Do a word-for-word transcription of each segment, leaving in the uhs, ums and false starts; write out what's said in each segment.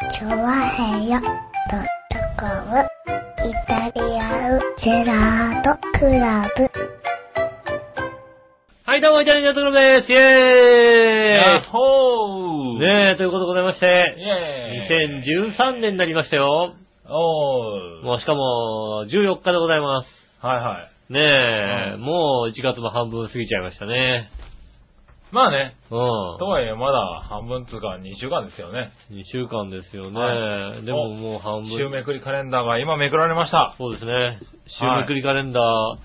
チョワヘヨドットコムイタリアンジェラートクラブ。 はい、どうも、イタリアンジェラートクラブです。イェーイやっほーねえ、ということでございまして、 イェーイにせんじゅうさんねんになりましたよ。 おー。 もうしかも、じゅうよっかでございます。 はいはい。 ねえ、 うんもういちがつも半分過ぎちゃいましたね。 まあね。 うん。 とはいえ、まだ半分つうかにしゅうかんですよね。 にしゅうかんですよね。 はい、 でももう半分。 週めくりカレンダーが今めくられました。 そうですね。週めくりカレンダー。 はい。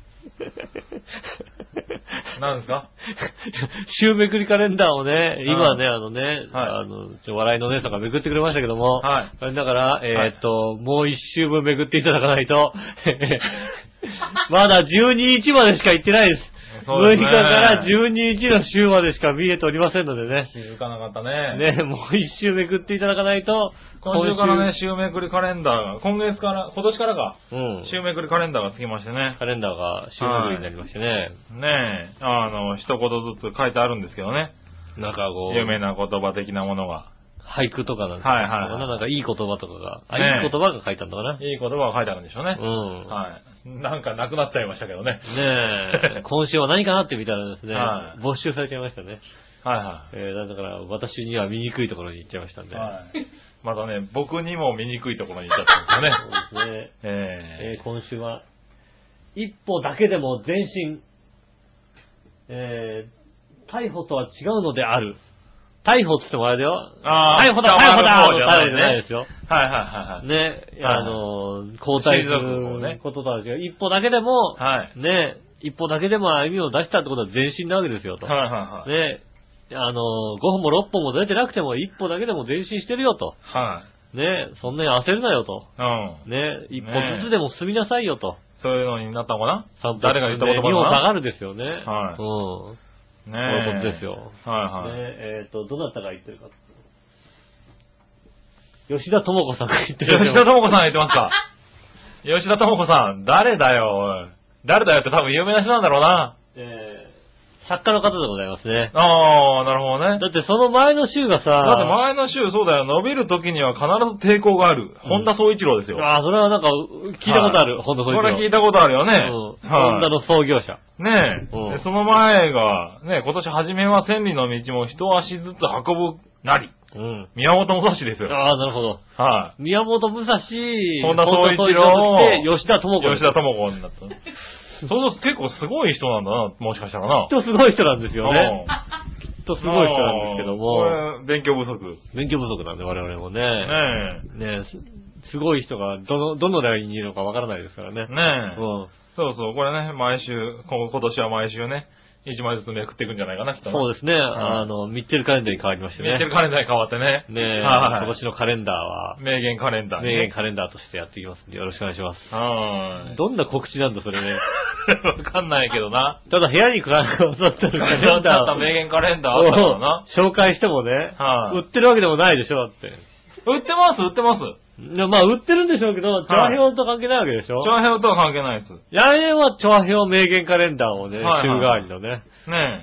何ですか？ 週めくりカレンダーをね、今ね、 うん、 あのね、 はい、 あの、ちょ笑いのお姉さんがめくってくれましたけども、 はい。 だから、えー、っと、はい、もう一週分めくっていただかないと、まだじゅうににちまでしか行ってないです。 そうですね、 むいかからじゅうににちの週までしか見えておりませんのでね。 気づかなかったね。 ね、もう一週めくっていただかないと、 今週からね、週めくりカレンダーが、今月から、今年からか、うん、週めくりカレンダーがつきましてね。 カレンダーが週めくりになりましてね。はい、 ねえ、あの、一言ずつ書いてあるんですけどね。 なんかこう、 有名な言葉的なものが。 俳句とかなんか、 はいはい、はい、 なんかいい言葉とかが、あ、ね、いい言葉が書いてあるのかな。 いい言葉が書いてあるんでしょうね。 うん。 はい。なんかなくなっちゃいましたけどね。 ねえ。今週は何かなって見たらですね、はい、没収されちゃいましたね。 はいはい。 えー、だから私には見にくいところに行っちゃいましたんで。 はい。またね、僕にも見にくいところに行っちゃったんですよね。 そうですね。 えー、 えー、今週は、一歩だけでも前進、えー、逮捕とは違うのである。逮捕って言ってもあれだよ。 あ逮捕だ、逮捕だ、逮捕じゃないですよ。 はいはいはいはい。 ね、あの、交代することとは違う。一歩だけでも、 はい。 ね、一歩だけでも歩みを出したってことは前進なわけですよと。 はいはいはい。 ね、あの、ごほんもろっぽんも出てなくても一歩だけでも前進してるよと。 はい。 ね、そんなに焦るなよと。 うん。 ね、一歩ずつでも進みなさいよと。 そういうのになったのかな？誰が言った言葉かな？ に歩下がるですよね。 はい。 うん。 ねえ。 そういうことですよ。 はいはい。 ねえ、えっと、どなたが言ってるか。吉田智子さんが言ってる。 吉田智子さんが言ってますか？吉田智子さん、誰だよ、おい。誰だよって多分有名な人なんだろうな。 えー、作家の方でございますね。 ああ、なるほどね。 だってその前の週がさ、 だって前の週そうだよ、伸びる時には必ず抵抗がある。本田宗一郎ですよ。 ああ、それはなんか聞いたことある、 はい、 本田宗一郎。 これ聞いたことあるよね。 うん。はい、本田の創業者。 ねえ、うん、その前が、ね、今年初めは千里の道も一足ずつ運ぶなり。うん。宮本武蔵ですよ。 ああ、なるほど。 はい、 宮本武蔵、 本田宗一郎、 吉田智子。 吉田智子になった。そうそう、結構すごい人なんだな、もしかしたらな。 きっとすごい人なんですよね。きっとすごい人なんですけども。 これ、勉強不足。 勉強不足なんで、我々もね。 ねえ。ねえ、す、すごい人が、どの、どのラインにいるのかわからないですからね。 ねえ。うん。そうそう、これね、毎週、今年は毎週ね、一枚ずつめくっていくんじゃないかな、きっと。 そうですね。あの、ミッチェルカレンダーに変わりましてね。 ミッチェルカレンダーに変わってね。 ねえ、今年のカレンダーは、 名言カレンダー、 名言カレンダーとしてやっていきますんで、よろしくお願いします。 はい。 どんな告知なんだ、それね。 わかんないけどな。 ただ部屋に飾ってるカレンダー。 だった名言カレンダーあったからな。 紹介してもね、 はい、 売ってるわけでもないでしょ、って。 売ってます、売ってます。 まあ、売ってるんでしょうけど、チョアヘオと関係ないわけでしょ？ チョアヘオとは関係ないです。 来年はチョアヘオ名言カレンダーをね、週替わりのね。 ねえ。 うん。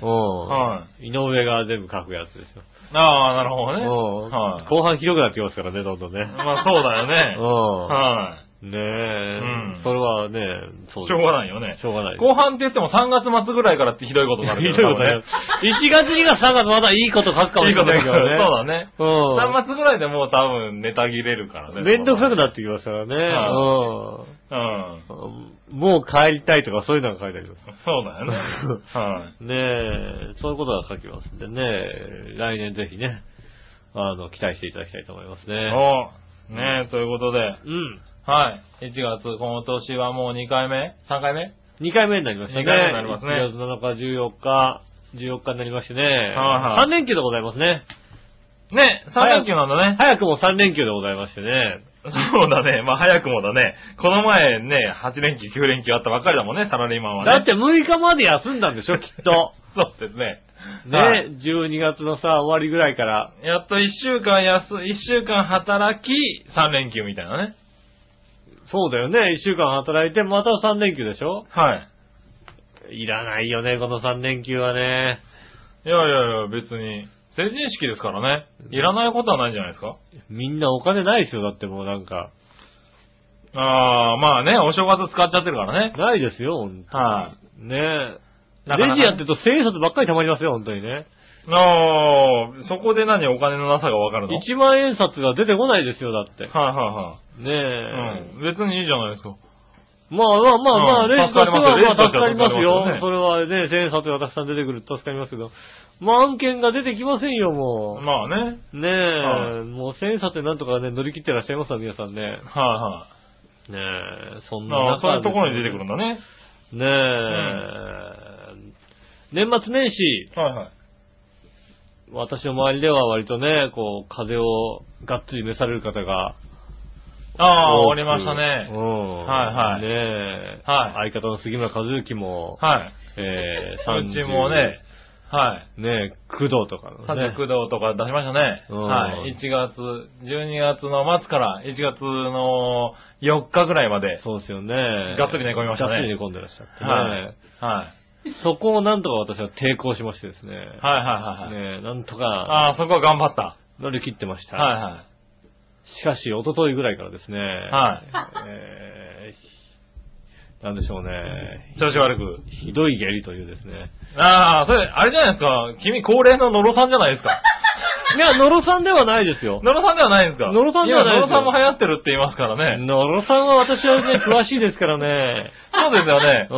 はい。井上が全部書くやつですよ。 ああ、なるほどね。 うん。はい。後半広くなってきますからね、どんどんね。 まあ、そうだよね。うん。はい。 ねえ、うん。それはね、 そうしょうがないよね。 しょうがない。 後半って言ってもさんがつ末ぐらいからってひどいことになるひどいことね。いちがつにがさんがつまだいいこと書くかもしれないけどね。 そうだね。 うん。 さんがつぐらいでもう多分ネタ切れるからね。 めんどくさくなってきますからね。 うん。 うん。もう帰りたいとかそういうのが書いてあります。 そうだよね。はい。 ねえ、そういうことが書きますんでね、来年ぜひね、あの、期待していただきたいと思いますね。 おねえ、ということで。 うん。 はい。いちがつ、今年はもうにかいめ ?さん 回目 ?に 回目になりましたね。 にかいめになりますね。 いちがつなのかじゅうよっか、じゅうよっかになりましてね。はいはい。 さん連休でございますね。 ね、さん連休なんだね。 早くもさん連休でございましてね。 そうだね。まあ早くもだね。この前ね、はち連休、きゅう連休あったばっかりだもんね、サラリーマンはね。 だってむいかまで休んだんでしょ、きっと。 そうですね。 ね、はい、じゅうにがつのさ、終わりぐらいから。 やっといっしゅうかん休、いっしゅうかん働き、さん連休みたいなね。 そうだよね。いっしゅうかん働いて、またさん連休でしょ？ はい。 いらないよね、このさん連休はね。 いやいやいや、別に。 成人式ですからね。いらないことはないんじゃないですか。 みんなお金ないですよ、だってもうなんか。 ああ、まあね、お正月使っちゃってるからね。 ないですよ、ほんとに。 はい、 ねえ。レジやってると千円札ばっかり溜まりますよ、ほんとにね。 ああ、そこで何お金のなさがわかるの？ 一万円札が出てこないですよ、だって。 はいはいはい。 ねえ。 うん。別にいいじゃないですか。 まあまあまあまあ、 うん、 レジとしてはまあ助かりますよ。 ね、 それはね、千円札がたくさん出てくると助かりますけど。まあ案件が出てきませんよ、もう。 まあね。 ねえ、はい、もう千円札でなんとかね、乗り切ってらっしゃいますわ、皆さんね。はいはい。 ねえ、そんな中、ね、そういうところに出てくるんだね。 ねえ、うん、年末年始。はいはい。私の周りでは割とね、こう、風邪をがっつり召される方が。 ああ、おりましたね。 うん。はいはい。ねえ。はい。相方の杉村和之も。はい。えー、さんじゅう。うちもね、はい。ねえ、工藤とかのね。さんじゅうきゅうどとか出しましたね。うん。はい。いちがつ、じゅうにがつの末からいちがつのよっかぐらいまで。そうですよね。がっつり寝込みましたね。がっつり寝込んでらっしゃってね。はい。はい。そこをなんとか私は抵抗しましてですね。はいはいはい。ねえ、なんとか。ああ、そこは頑張った。乗り切ってました。はいはい。しかし、一昨日ぐらいからですね。はい。えー、なんでしょうね。調子悪く。ひどい下痢というですね。ああ、それ、あれじゃないですか。君、高齢のノロさんじゃないですか。いや、ノロさんではないですよ。ノロさんではないんですか。ノロさんではないですよ。ノロさんも流行ってるって言いますからね。ノロさんは私はね、詳しいですからね。そうですよね。うん。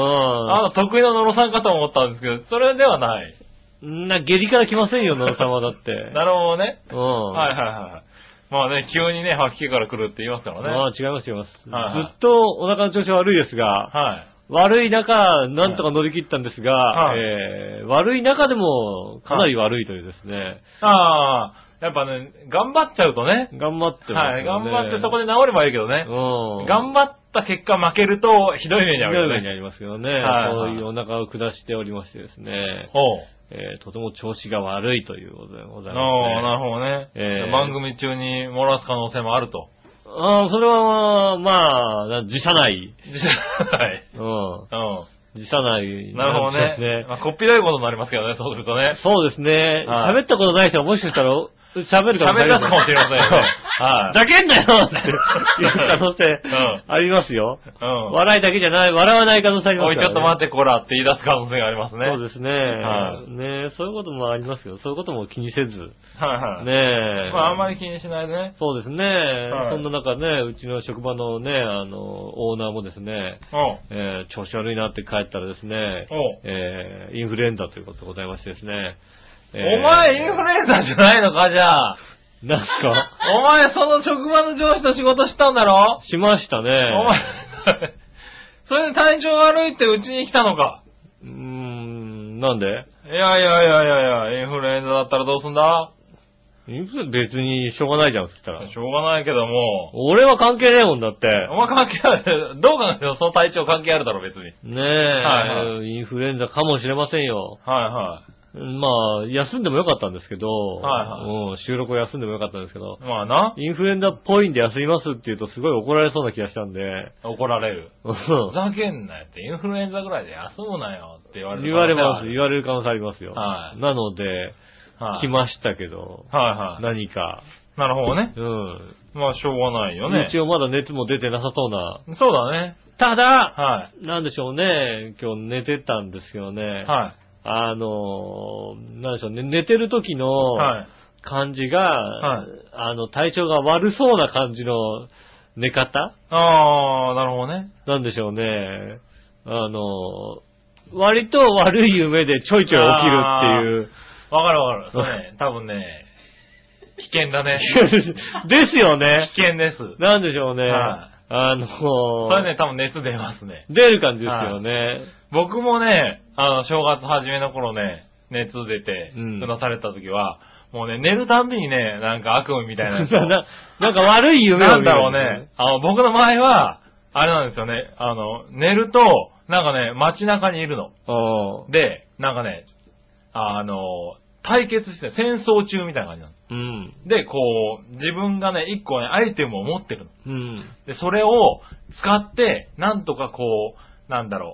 あの、得意のノロさんかと思ったんですけど、それではない。んな、下痢から来ませんよ、ノロさんはだって。なるほどね。うん。はいはいはい。まあね、急にね、吐き気から来るって言いますからね。ああ、違いますよ。はいはい、ずっとお腹の調子悪いですが、はい。悪い中、なんとか乗り切ったんですが、はい、えー、悪い中でもかなり悪いというですね。はい、ああ、やっぱね、頑張っちゃうとね。頑張ってますね。はい、頑張ってそこで治ればいいけどね。うん。頑張った結果負けるとひどい目に遭うよね。ひどい目に遭いますよね。はい、はい。そういうお腹を下しておりましてですね。ほう。えー、とても調子が悪いということでございます、ね。ああ、なるほどね。えー、番組中に漏らす可能性もあると。ああ、それは、まあ、辞さない。辞さない。うん。うん。辞さない。なるほどね。ね、まあ、こっぴどいことになりますけどね、そうするとね。そうですね。喋、はい、ったことない人はもしかしたら、喋るかもしれません。喋るかもしれませんよね。はい。だけんなよっていう可能性ありますよ。うん。笑いだけじゃない、笑わない可能性ありますからね。おい、ちょっと待ってこらって言い出す可能性がありますね。そうですね。はい。ねそういうこともありますよ。そういうことも気にせず。はいはい。ねえ。まああんまり気にしないでね。そうですね。はい、そんな中ね、うちの職場のね、あの、オーナーもですね、えー、調子悪いなって帰ったらですね、えー、インフルエンザということでございましてですね。えー、お前インフルエンザじゃないのか、じゃあ。なんすかお前その職場の上司と仕事したんだろ？しましたね。お前、それで体調悪いってうちに来たのか？うーん、なんで？いやいやいやいやいや、インフルエンザだったらどうすんだ？インフル別にしょうがないじゃん、そしたら。しょうがないけども。俺は関係ねえもんだって。お前関係ある。どうかなその体調関係あるだろ、別に。ねえ、はいはい。インフルエンザかもしれませんよ。はいはい。まあ、休んでもよかったんですけど、はいはい。うん、収録を休んでもよかったんですけど、まあな。インフルエンザっぽいんで休みますって言うとすごい怒られそうな気がしたんで。怒られる。ふざけんなよって、インフルエンザぐらいで休むなよって言われる。言われます。言われる可能性ありますよ。はい。なので、はい、来ましたけど、はいはい。何か。なるほどね。うん。まあ、しょうがないよね。一応まだ熱も出てなさそうな。そうだね。ただ、はい。なんでしょうね、今日寝てたんですけどね。はい。あの、なんでしょうね、寝てる時の感じが、はい、あの、体調が悪そうな感じの寝方？ああ、なるほどね。なんでしょうね。あの、割と悪い夢でちょいちょい起きるっていう。わかるわかる。そうね、多分ね、危険だね。ですよね。危険です。なんでしょうね。はい、あのー、それね、多分熱出ますね。出る感じですよね。はい、僕もね、あの、正月初めの頃ね、熱出て、うなされた時は、もうね、寝るたんびにね、なんか悪夢みたいな。な, なんか悪い夢を見る。なんだろうね。あの、僕の場合は、あれなんですよね。あの、寝ると、なんかね、街中にいるの。で、なんかね、あの、対決して戦争中みたいな感じなの。うん、で、こう、自分がね、一個ね、アイテムを持ってるの。うん、で、それを使って、なんとかこう、なんだろう、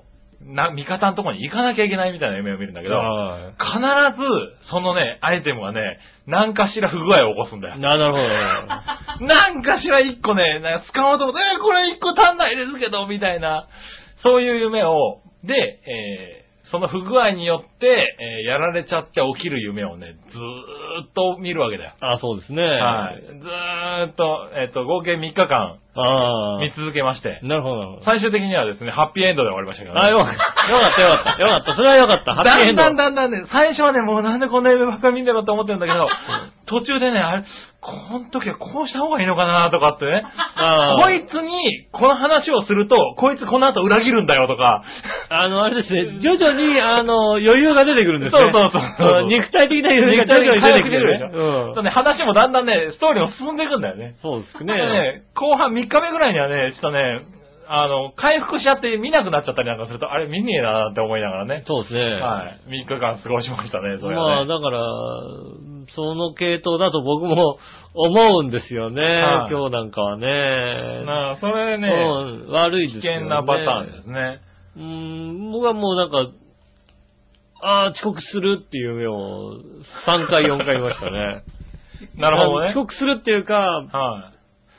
な、味方のところに行かなきゃいけないみたいな夢を見るんだけど、必ず、そのね、アイテムがね、何かしら不具合を起こすんだよ。 なるほど。 何かしら一個ね、なんか使おうと思って、えー、これ一個足んないですけど、みたいな、そういう夢を、で、えー、その不具合によって、えー、やられちゃって起きる夢をね、ずーっと見るわけだよ。 あ、そうですね。 はい。ずーっと、えっと、合計みっかかん、あ見続けまして。 なるほど。 最終的にはですね、ハッピーエンドで終わりましたけどね。 あ、よかった。よかった、よかった。よかった。それはよかった。ハッピーエンド。 だんだんだんだんね、最初はね、もうなんでこんな夢ばっかり見んだろうって思ってるんだけど、途中でね、あれ、この時はこうした方がいいのかなとかってね、こいつにこの話をすると、こいつこの後裏切るんだよとか、 あの、あれですね、徐々に、あの、余裕が出てくるんですね。 そうそうそう。 肉体的な余裕が徐々に出てくるでしょ。 うん。ね、話もだんだんね、ストーリーも進んでいくんだよね。 そうですね。 ね、後半みっかめぐらいにはね、ちょっとね、あの、回復しちゃって見なくなっちゃったりなんかすると、あれ見ねえなーって思いながらね。 そうですね。 はい。みっかかん過ごしましたね、それはね。まあ、だから、その系統だと僕も思うんですよね。はい、今日なんかはね。 まあ、それね、 うん、悪いですよね。 危険なパターンですね。 うーん、僕はもうなんか、ああ、遅刻するっていう夢をさんかいよんかい見ましたね。 なるほどね。 遅刻するっていうか、はい。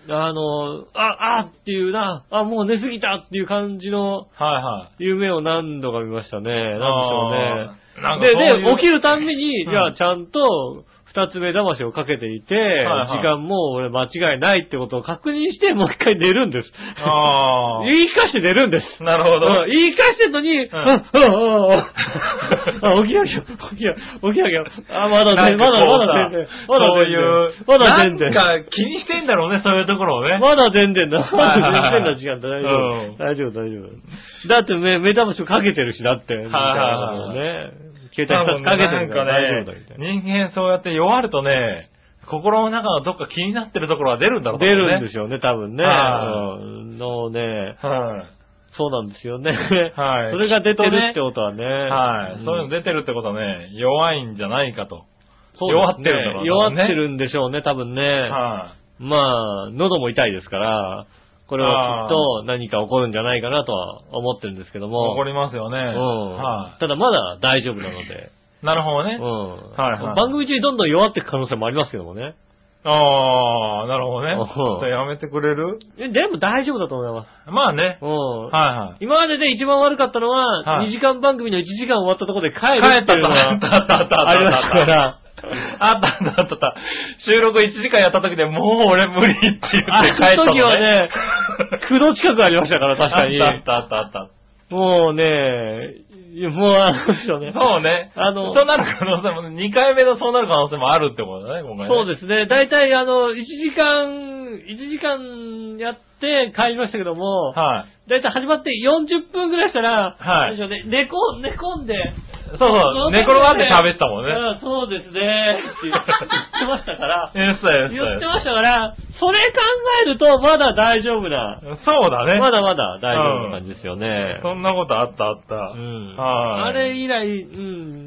あの、あ、あっていうな、あ、もう寝すぎたっていう感じの、はいはい。夢を何度か見ましたね。なんでしょうね。なんかで、で、起きるたんびに、うん、じゃあちゃんと、二つ目魂をかけていて、はいはい、時間も俺間違いないってことを確認して、もう一回寝るんです。あ言い聞かして寝るんです。 なるほど。 言い聞かしてんのに、うん、あ、あ、あ、あ、起きなきゃ、起きなきゃ、起きなきゃ、あ、まだ全然、まだ、まだ全然、まだ全然、まだ全然。 なんか気にしてんだろうね、そういうところをね。 まだ全然だ。まだ全然な時間だ。大丈夫。大丈夫、大丈夫。だって目、目玉しをかけてるし、だって。みたいなのね。携帯一つかけてるから大丈夫だみたいな。 人間そうやって弱るとね、心の中のどっか気になってるところは出るんだろうね。 出るんでしょうね、多分ね。はい。のね、はい。そうなんですよね。はい。それが出てるってことはね。 はい。そういうの出てるってことはね、弱いんじゃないかと。 そうですね。弱ってるんだろうね。弱ってるんでしょうね、多分ね。はい。まあ、喉も痛いですから、これはきっと何か起こるんじゃないかなとは思ってるんですけども。 起こりますよね。うん。 はい。ただまだ大丈夫なので。 なるほどね。 うん。はいはい。番組中にどんどん弱っていく可能性もありますけどもね。 ああ、なるほどね。ちょっとやめてくれる？ え、でも大丈夫だと思います。 まあね。 うん。はいはい。今までで一番悪かったのは、はい、にじかん番組のいちじかん終わったところで帰るっていうのがあったあったあったありましたから。あったあったあったあった。収録いちじかんやった時でもう俺無理って言って帰ったのね。 あの時はね、きゅうど近くありましたから、確かに。 あったあったあった。 もうね、もうあの人ね。 そうね。あの、そうなる可能性も、にかいめのそうなる可能性もあるってことだね、今回ね。 そうですね。だいたいあの、いちじかん、いちじかんやって帰りましたけども、はい。だいたい始まってよんじゅっぷんぐらいしたら、はい。ね、寝こ、寝込んで、 そうそう、寝転がって喋ってたもんね。 うん、そうですね、って言ってましたから。 言ってたよ、 言ってましたから、それ考えるとまだ大丈夫な。 そうだね。 まだまだ大丈夫な感じですよね。 うん、そんなことあったあった。うん。 はい。あれ以来、うん。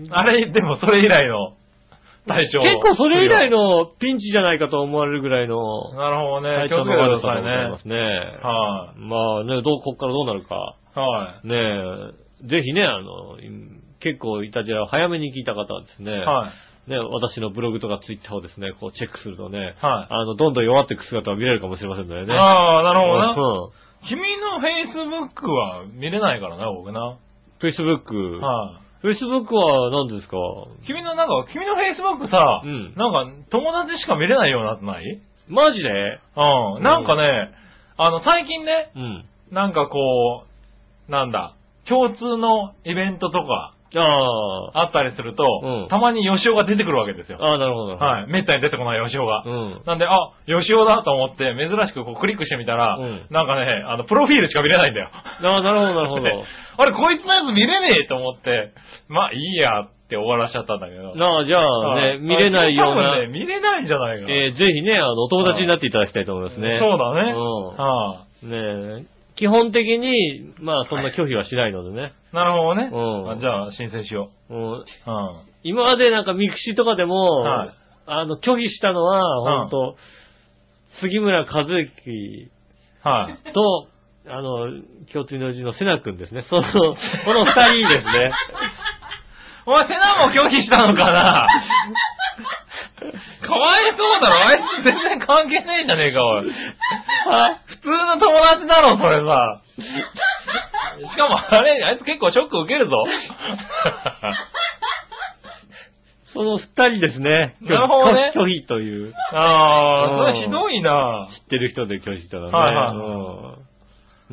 あれ、でもそれ以来の体調。 結構それ以来のピンチじゃないかと思われるぐらいの。 なるほどね。体調の悪さだと思いますね。はい。まあね、どう、こっからどうなるか。はい。ねえ、ぜひね、あの、結構イタジラを早めに聞いた方はですね、はい。ね、私のブログとかツイッターをですね、こうチェックするとね、はい。あの、どんどん弱っていく姿を見れるかもしれませんのでね。 ああ、なるほどな。そう。君のフェイスブックは見れないからな、僕な。 フェイスブックはい。フェイスブックは何ですか？ 君のなんか、君のフェイスブックさ、うん。なんか、友達しか見れないようになってない？ マジで？ うん。なんかね、あの、最近ね、うん。なんかこう、なんだ、共通のイベントとか、ああ。あったりすると、うん、たまにヨシオが出てくるわけですよ。 ああ、なるほど。 はい。めったに出てこないヨシオが。うん。なんで、あ、ヨシオだと思って、珍しくこうクリックしてみたら、うん、なんかね、あの、プロフィールしか見れないんだよ。 ああ、なるほど、なるほど。 あれ、こいつのやつ見れねえと思って、まあ、いいやって終わらしちゃったんだけど。 ああ、じゃあね、見れないような。 多分ね、見れないんじゃないかな。 えー、ぜひね、あの、お友達になっていただきたいと思いますね。 そうだね。うん。はあ。ねえ。基本的に、まあそんな拒否はしないのでね。はい、 なるほどね。うん。じゃあ申請しよう。うん。うん、 今までなんかミクシーとかでも、はい、あの、拒否したのは、ほんと、杉村和之、はい。と、 あの、共通のうちのセナ君ですね。その、この二人ですね。 お前、セナも拒否したのかなかわいそうだろ。あいつ全然関係ねえじゃねえか、おい。普通の友達だろ、それさ。しかも、あれ、あいつ結構ショック受けるぞ。 その二人ですね。 なるほどね。 拒否という。 ああ、それひどいな。 知ってる人で拒否したらね。 はいはい、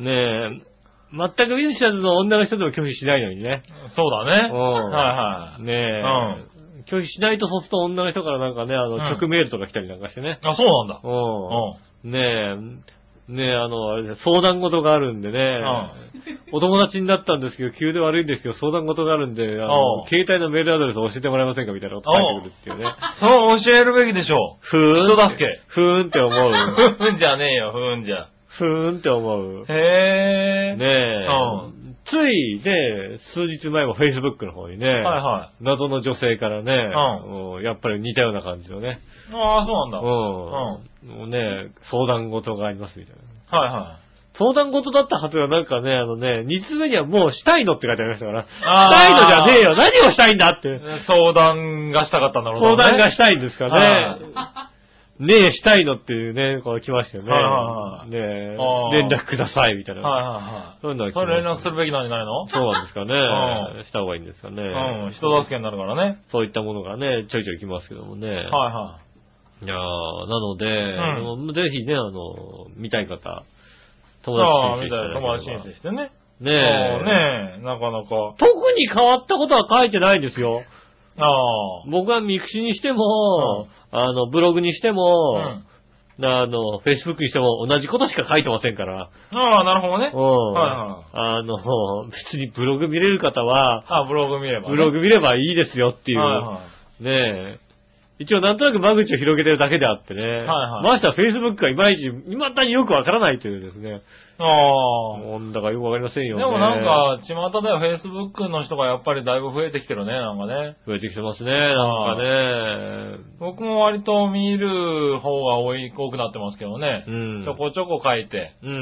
うん。ねえ。全く見ず知らずの女の人でも拒否しないのにね。 そうだね。 うん。はいはい。 ねえ。うん。拒否しないとそうすると女の人からなんかね、あの、直メールとか来たりなんかしてね。 あ、そうなんだ。 うん。ねえ。ねえ、あの、あれです相談事があるんでね、うん、お友達になったんですけど、急で悪いんですけど、相談事があるんで、あの、携帯のメールアドレスを教えてもらえませんかみたいなこと書いてくるっていうね。 そう教えるべきでしょう。 ふーん。 人助け。 ふーんって思う。 ふーんじゃねえよ、ふーんじゃ。 ふーんって思う。 へー。 ねえ。うん、ついで、数日前も Facebook の方にね、はいはい、謎の女性からね、うん、やっぱり似たような感じのね。 ああ、そうなんだ。 うん。うん、ね相談事がありますみたいな。はいはい。 相談事だったはずがなんかね、あのね、二つ目にはもうしたいのって書いてありましたから、したいのじゃねえよ、何をしたいんだって。 相談がしたかったんだろうね。 相談がしたいんですかね。ねえ、したいのっていうね、こう来ましたよね。はいはいはい、ねえ、連絡ください、みたいな。はいはいはい。そういうのが来ました。それ連絡するべきなんじゃないの？ そうなんですかね。うん、した方がいいんですかね。 うん、人助けになるからね。 そういったものがね、ちょいちょい来ますけどもね。はいはい。いやー、なので、うん、ぜひね、あの、見たい方、友達申請して。 友達申請してね。 ねえ。 ねえ、なかなか。 特に変わったことは書いてないですよ。 ああ。 僕はミクシにしても、うん、あの、ブログにしても、うん、あの、Facebook にしても同じことしか書いてませんから。 ああ、なるほどね。 うん。はいはい。あの、別にブログ見れる方は、 ああ、ブログ見れば、 ね。ブログ見ればいいですよっていう。はいはい、ねえ。一応なんとなく間口を広げてるだけであってね。はいはい。ましては Facebook がいまいち、未だによくわからないというですね。ああ。なんだかよくわかりませんよね。 でもなんか、巷では Facebook の人がやっぱりだいぶ増えてきてるね、なんかね。 増えてきてますね、なんかね。 僕も割と見る方が多い、多くなってますけどね。うん。ちょこちょこ書いて。うん。うん。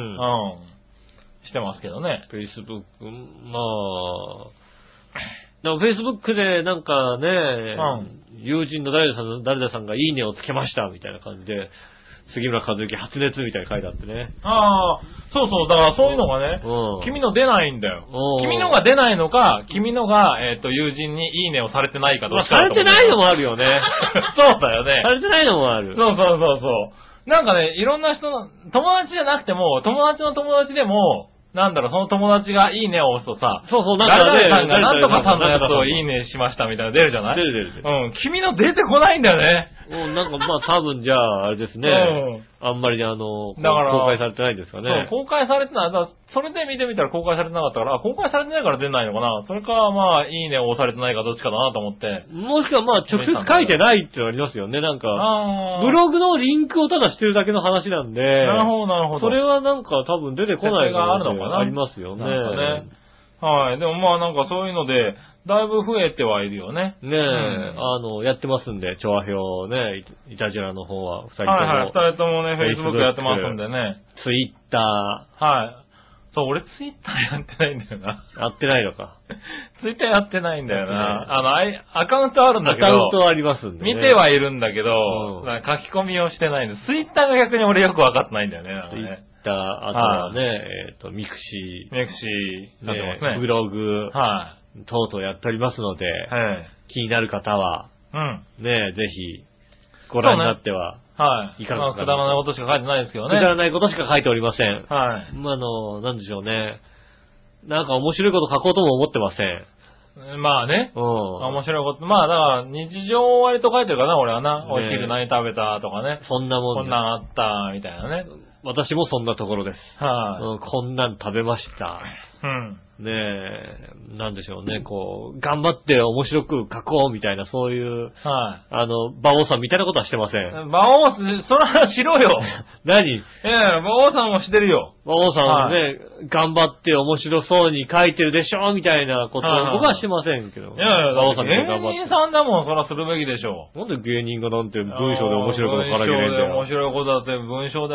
してますけどね。 Facebook、まあ、でも Facebook でなんかね、うん、友人の誰々さん、誰々さんがいいねをつけましたみたいな感じで、杉村和之発熱みたいに書いてあってね。 ああ、そうそう、だからそういうのがね、うん、君の出ないんだよ。君のが出ないのか、君のが、えっと、友人にいいねをされてないかどうか。 まあ、されてないのもあるよね。 そうだよね。 されてないのもある。 そうそうそうそう。なんかね、いろんな人の、友達じゃなくても、友達の友達でも、なんだろう、その友達がいいねを押すとさ、 そうそう、なんかね、 誰々さんがなんとかさんのやつをいいねしましたみたいなの出るじゃない？ 出る出る出る。 うん、君の出てこないんだよね。 うん、なんかまあ多分じゃあ、あれですね。うん。あんまりあの、だから公開されてないんですかね。 そう、公開されてない。だからそれで見てみたら公開されてなかったから、公開されてないから出ないのかな。それかまあ、いいねを押されてないかどっちかだなと思って。 もしくはまあ、直接書いてないっていうのありますよね。なんか、ブログのリンクをただしてるだけの話なんで。 なるほど、なるほど。 それはなんか多分出てこないがあるのかな。 ありますよね。 なんかね。はい。でもまあなんかそういうので、だいぶ増えてはいるよね。 ねえ、うん、あの、やってますんで、調和表ね、いたじらの方は、二人とも。 はいはい、二人ともね、Facebook やってますんでね。 Twitter。 はい。そう、俺 Twitter やってないんだよな。 やってないのか。 Twitter やってないんだよな。あの、アカウントあるんだけど。 アカウントありますんで、 ね。見てはいるんだけど、うん、書き込みをしてないんです。Twitter が逆に俺よくわかってないんだよね。なんかねあとはね、えっと、ミクシー。ミクシー。 ね、ねブログ。はい。とうとうやっておりますので、はい、気になる方は、うん。ねぜひ、ご覧になっては、 はい。 いかがですか、ね。 まあ、くだらないことしか書いてないですけどね。 くだらないことしか書いておりません。 はい。 まあ、あの、なんでしょうね。なんか面白いこと書こうとも思ってません。 まあね。うん。面白いこと。まあだから日常を割と書いてるかな、俺はな。ね、お昼何食べたとかね。 そんなもん。 こんなんあった、みたいなね。 私もそんなところです。 はい、 うん。こんなん食べました。 うん。 ねえ、なんでしょうね、こう、頑張って面白く書こうみたいな、そういう、 はい、 あの、馬王さんみたいなことはしてません。 馬王さん、そらしろよ。 何？ ええ、馬王さんもしてるよ。 馬王さんね、はい、頑張って面白そうに書いてるでしょみたいなことを僕はしてませんけど。 いやいや、馬王さん芸人さんだもん、そらするべきでしょ。 なんで芸人がなんて文章で面白いこと書かなきゃいけないんだよ。 文章で面白いことだって、文章で面白い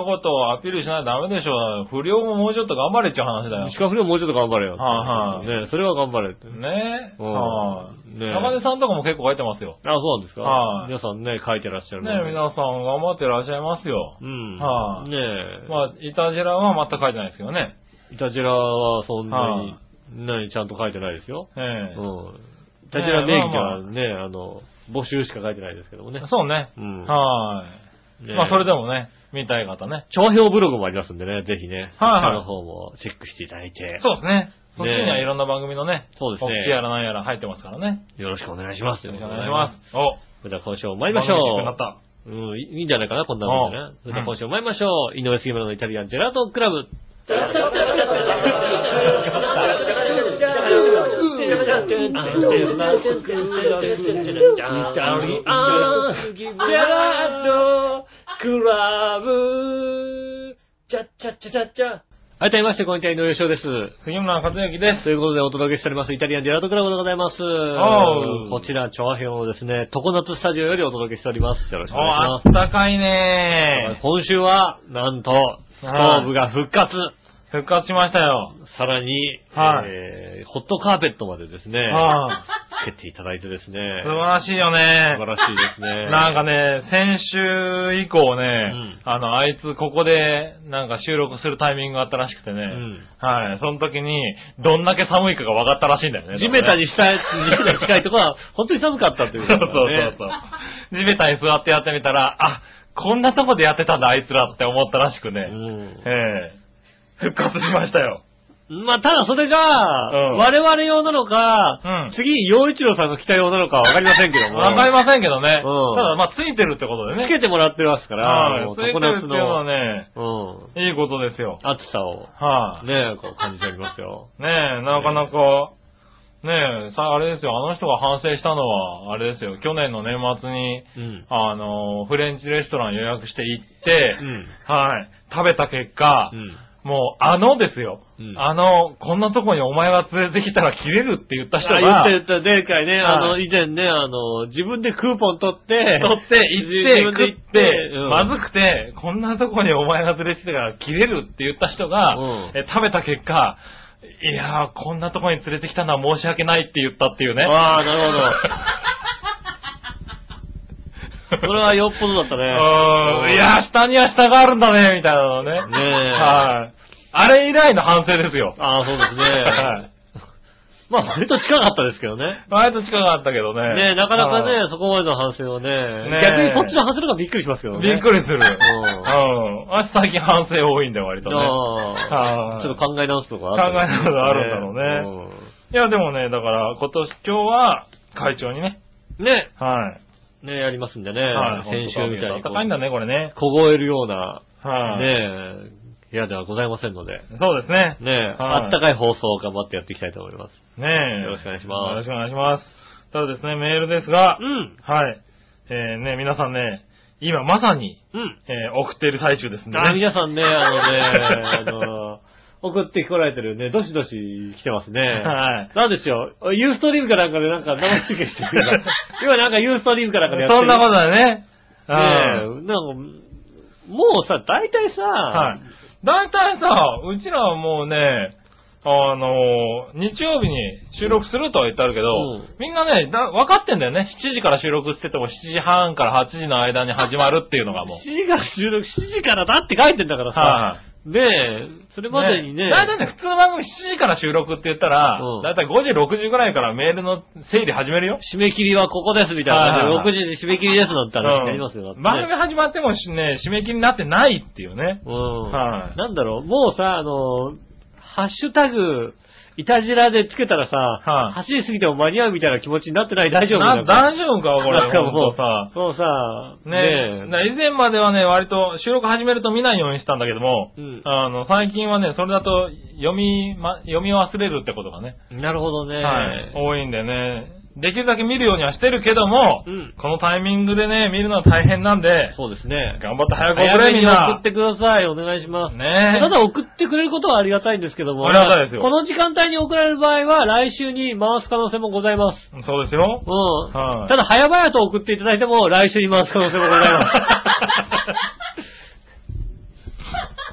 ことをアピールしないとダメでしょ。不良ももうちょっと頑張れっていう話だよ。 石川不良もうちょっと頑張れよ。 はいはい。 ねそれは頑張れって。 ねえ。 はい。 ね中根さんとかも結構書いてますよ。 あ、そうなんですか。 はい。 皆さんね、書いてらっしゃる。 ね皆さん頑張ってらっしゃいますよ。 うん。 はい。 ねえ。 まあ、イタジラは全く書いてないですけどね。 イタジラはそんなに、何ちゃんと書いてないですよ。 ええ。 うん。イタジラ名義はね、あの、募集しか書いてないですけどもね。 そうね。 うん。 はい。まあ、それでもね、見たい方ね。 長編ブログもありますんでね、ぜひね。 はい。 その方もチェックしていただいて。 そうですね。そっちにはいろんな番組のね、 そうですね。 告知やらなんやら入ってますからね。 よろしくお願いします。 よろしくお願いします。お。 それでは今週も参りましょう。 楽しくなった。 うん、いいんじゃないかな、こんなのでね。それでは今週も参りましょう。井上杉村のイタリアンジェラートクラブ。はい、改めまして、こんにちは、井上翔です。 杉村和之です。 ということでお届けしております、イタリアンジェラートクラブでございます。こちら、調和表をですね、常夏スタジオよりお届けしております。よろしくお願いします。 お、あったかいねー。 今週は、なんと、ストーブが復活。 復活しましたよ。 さらに、 はい、 えー、ホットカーペットまでですね、 はい、 つけていただいてですね。 素晴らしいよね。 素晴らしいですね。 なんかね、先週以降ね、うん、あの、あいつここでなんか収録するタイミングがあったらしくてね、うん、はい、その時にどんだけ寒いかが分かったらしいんだよね。 地べたにしたい、地べたに近いところは本当に寒かったということだね。 そうそうそうそう。地べたに座ってやってみたら、あ、こんなとこでやってたんだあいつらって思ったらしくね、うん、えー復活しましたよ。 まあ、ただそれが、うん、我々用なのか、うん、次、陽一郎さんが来た用なのかはわかりませんけども。 わかりませんけどね。うん、ただ、まあ、ついてるってことでね。 つけてもらってますから、 はい、ついてるっていうのはね、うん、いいことですよ。 暑さを、 はい、 ねえ、こう感じておりますよ。 ねえ、なかなか、ねえ、さあ、あれですよ、あの人が反省したのは、あれですよ、去年の年末に、うん、あの、フレンチレストラン予約して行って、うん、はい、食べた結果、うんもう、あのですよ、うん。あの、こんなとこにお前が連れてきたら切れるって言った人が。 言った言った、前回ね、あの、以前ね、あの、自分でクーポン取って、取って、行って、食って、うん、まずくて、こんなとこにお前が連れてきたから切れるって言った人が、うん、え食べた結果、いやー、こんなとこに連れてきたのは申し訳ないって言ったっていうね。 ああ、なるほど。それはよっぽどだったね。 うん。いや、下には下があるんだね、みたいなのね。 ねえ。 はい。あれ以来の反省ですよ。 ああ、そうですね。はい。まあ、割と近かったですけどね。 割と近かったけどね。 ねえ、なかなかね、そこまでの反省はね。ね逆にこっちの反省の方がびっくりしますけどね。 びっくりする。うん。うん。あ最近反省多いんだよ、割とね。 ああ。ちょっと考え直すとかある、ね。考え直すとかあるんだろうね。うん。いや、でもね、だから、今年、今日は、会長にね。 ね。 はい。 ねやりますんでね。はい。先週みたいに。 高いんだね、これね。 凍えるような。 はい。 ねえ。部屋ではございませんので。 そうですね。 ねえ。あったかい放送を頑張ってやっていきたいと思います。 ねえ。 よろしくお願いします。 よろしくお願いします。ただですね、メールですが。 うん。 はい。えー、ね、皆さんね、今まさに、 うん。 えー、送っている最中ですね。 あ、皆さんね、あのね、あの、送ってこられてるね、どしどし来てますね。 はい。 なんですよ。ユーストリームかなんかでなんか生中継してる。今なんかユーストリームかなんかでやってる。 そんなことだね。 ねえ、なんか、もうさ、大体さ、 はい。大体さ、うちらはもうね、あの、日曜日に収録するとは言ってあるけど、うん、みんなね、だ分かってんだよね。しちじから収録しててもしちじはんからはちじの間に始まるっていうのがもう。 しちじから収録、しちじからだって書いてんだからさ。 はい、 ねえ、それまでにね。 だいたいね、普通の番組しちじから収録って言ったら、うん、だいたいごじ、ろくじぐらいからメールの整理始めるよ。 締め切りはここですみたいな感じで、ろくじに締め切りですなんて話になりますよ、 ね。番組始まってもね、締め切りになってないっていうね。 うん。はい。なんだろう、もうさ、あの、ハッシュタグ、いたじらでつけたらさ、はあ、はちじ過ぎても間に合うみたいな気持ちになってない？大丈夫な大丈夫かこれ。 なんかもうさ、もうさ、 ねえ。以前まではね、割と収録始めると見ないようにしたんだけども、うん、あの、最近はね、それだと読み、ま、読み忘れるってことがね。 なるほどね。 はい。多いんでね。できるだけ見るようにはしてるけども、うん、このタイミングでね、見るのは大変なんで、 そうですね。 頑張って早く送れみんな。 送ってください。お願いします。 ねただ送ってくれることはありがたいんですけども、 ありがたいですよ。 この時間帯に送られる場合は、来週に回す可能性もございます。 そうですよ。 うん。はい、ただ、早々と送っていただいても、来週に回す可能性もございます。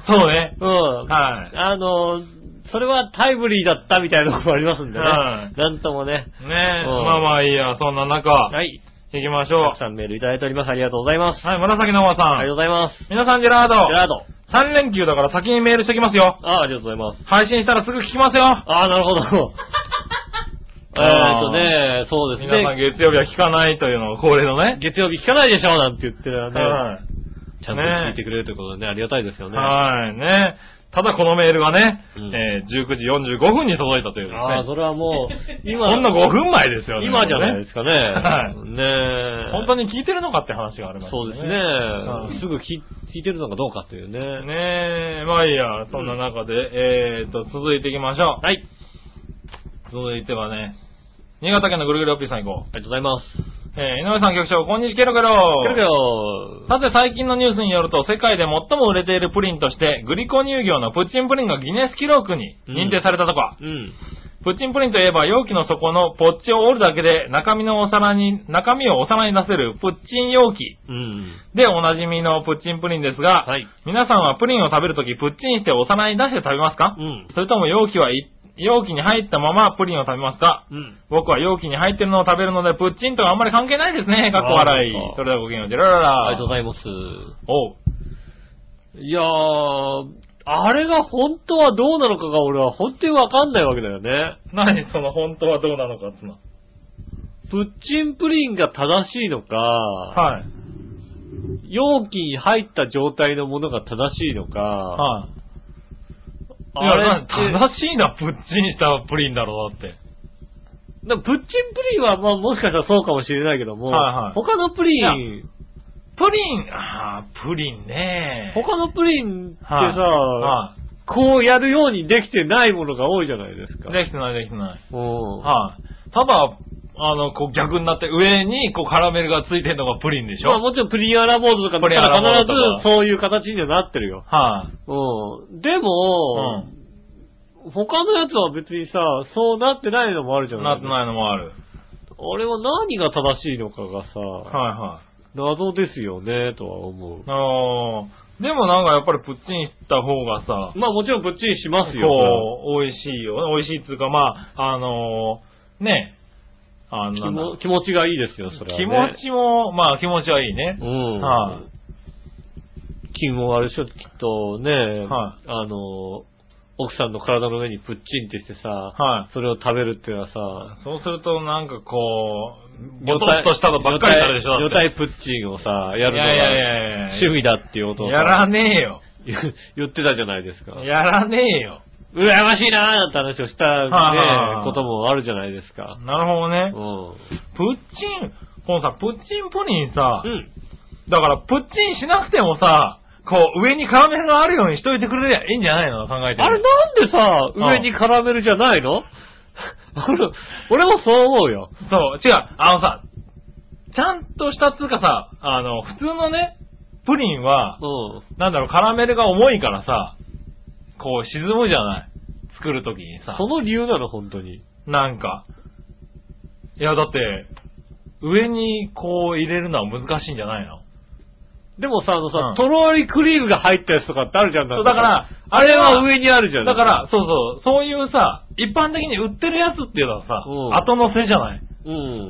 そうね。 うん。はい。あの、それはタイムリーだったみたいなところありますんでね。はい。なんともね。 ねえ。まあまあいいや、そんな中。はい。行きましょう。 たくさんメールいただいております。ありがとうございます。 はい、紫のまさん。 ありがとうございます。 皆さん、ジェラード。 ジェラード。 さん連休だから先にメールしてきますよ。 ああ、ありがとうございます。 配信したらすぐ聞きますよ。ああ、なるほど。えーっとね、そうですね。 皆さん月曜日は聞かないというのが恒例のね。 月曜日聞かないでしょなんて言ってるね。はい。ちゃんと聞いてくれるということでね、ありがたいですよね。 はい、ね。ただこのメールがね、うん、えー、じゅうくじよんじゅうごふんに届いたというですね。 ああ、それはもう、 今。ほんのごふんまえですよね。 今じゃないですかね。はい。ねえ。本当に聞いてるのかって話がありますね。 そうですね。はい、すぐ聞いてるのかどうかというね。 ねえ、まあいいや、そんな中で、うん、えーと、続いていきましょう。 はい。 続いてはね、新潟県のぐるぐるおっぴーさん行こう。 ありがとうございます。 えー、井上さん局長、こんにちは、ケロケロ。 ケロケロ。 さて最近のニュースによると、世界で最も売れているプリンとして、グリコ乳業のプッチンプリンがギネス記録に認定されたとか。うん。うん、プッチンプリンといえば、容器の底のポッチを折るだけで、中身のお皿に、中身をお皿に出せるプッチン容器。うん。で、おなじみのプッチンプリンですが、はい。皆さんはプリンを食べるとき、プッチンしてお皿に出して食べますか？うん。それとも容器は一容器に入ったままプリンを食べますか？うん。僕は容器に入ってるのを食べるので、プッチンとはあんまり関係ないですね。かっこ笑い。それではごきげんよう、ジェラララ。 ありがとうございます。 おう。 いやー、あれが本当はどうなのかが俺は本当にわかんないわけだよね。 何その本当はどうなのかっての。 プッチンプリンが正しいのか、はい。容器に入った状態のものが正しいのか、はい。 あれ、正しいのはプッチンしたプリンだろうだって。 でもプッチンプリンはまあもしかしたらそうかもしれないけども、はいはい、他のプリン、 プリン、ああ、プリンね。 他のプリンってさ、はいはい、こうやるようにできてないものが多いじゃないですか。 できてないできてない。はい。ただ、あの、こう逆になって上にこうカラメルがついてるのがプリンでしょ？ まあもちろんプリンアラモードとかだったら必ずそういう形にはなってるよ。はい、うん。でも、うん、他のやつは別にさ、そうなってないのもあるじゃないですか。なってないのもある。 あれは何が正しいのかがさ、はいはい。謎ですよね、とは思う。 ああ。でもなんかやっぱりプッチンした方がさ、 まあもちろんプッチンしますよ。 こう、美味しいよ。美味しいっていうかまあ、あのー、ね、 あ気も気持ちがいいですよ、それは、ね。 気持ちも、まあ気持ちはいいね。うん。はい、 君もあれでしょ、きっとね、はい、あの、奥さんの体の上にプッチンってしてさ、はい、それを食べるっていうのはさ、 そうするとなんかこう、ボトッとしたのばっかりになるでしょ。 女体プッチンをさ、やるのが趣味だっていう音をやらねえよ。 言ってたじゃないですか。 やらねえよ。 羨ましいなーなんて話をした、ね、こともあるじゃないですか。 なるほどね。うん。プッチン、このさ、プッチンプリンさ、うん。だからプッチンしなくてもさ、こう上にカラメルがあるようにしといてくれりゃいいんじゃないの考えてる。 あれなんでさ、上にカラメルじゃないの？俺もそう思うよ。 そう、違う。あのさ、ちゃんとしたつうかさ、あの、普通のね、プリンは、うん、なんだろう、カラメルが重いからさ、こう沈むじゃない。作るときにさ。 その理由なの本当に。 なんか。いやだって、上にこう入れるのは難しいんじゃないの？ でもさ、あのさ、うん、とろーりクリームが入ったやつとかってあるじゃん。だから、 あれは上にあるじゃん。 だから、そうそう、そういうさ、一般的に売ってるやつっていうのはさ、うん、後乗せじゃない。うん。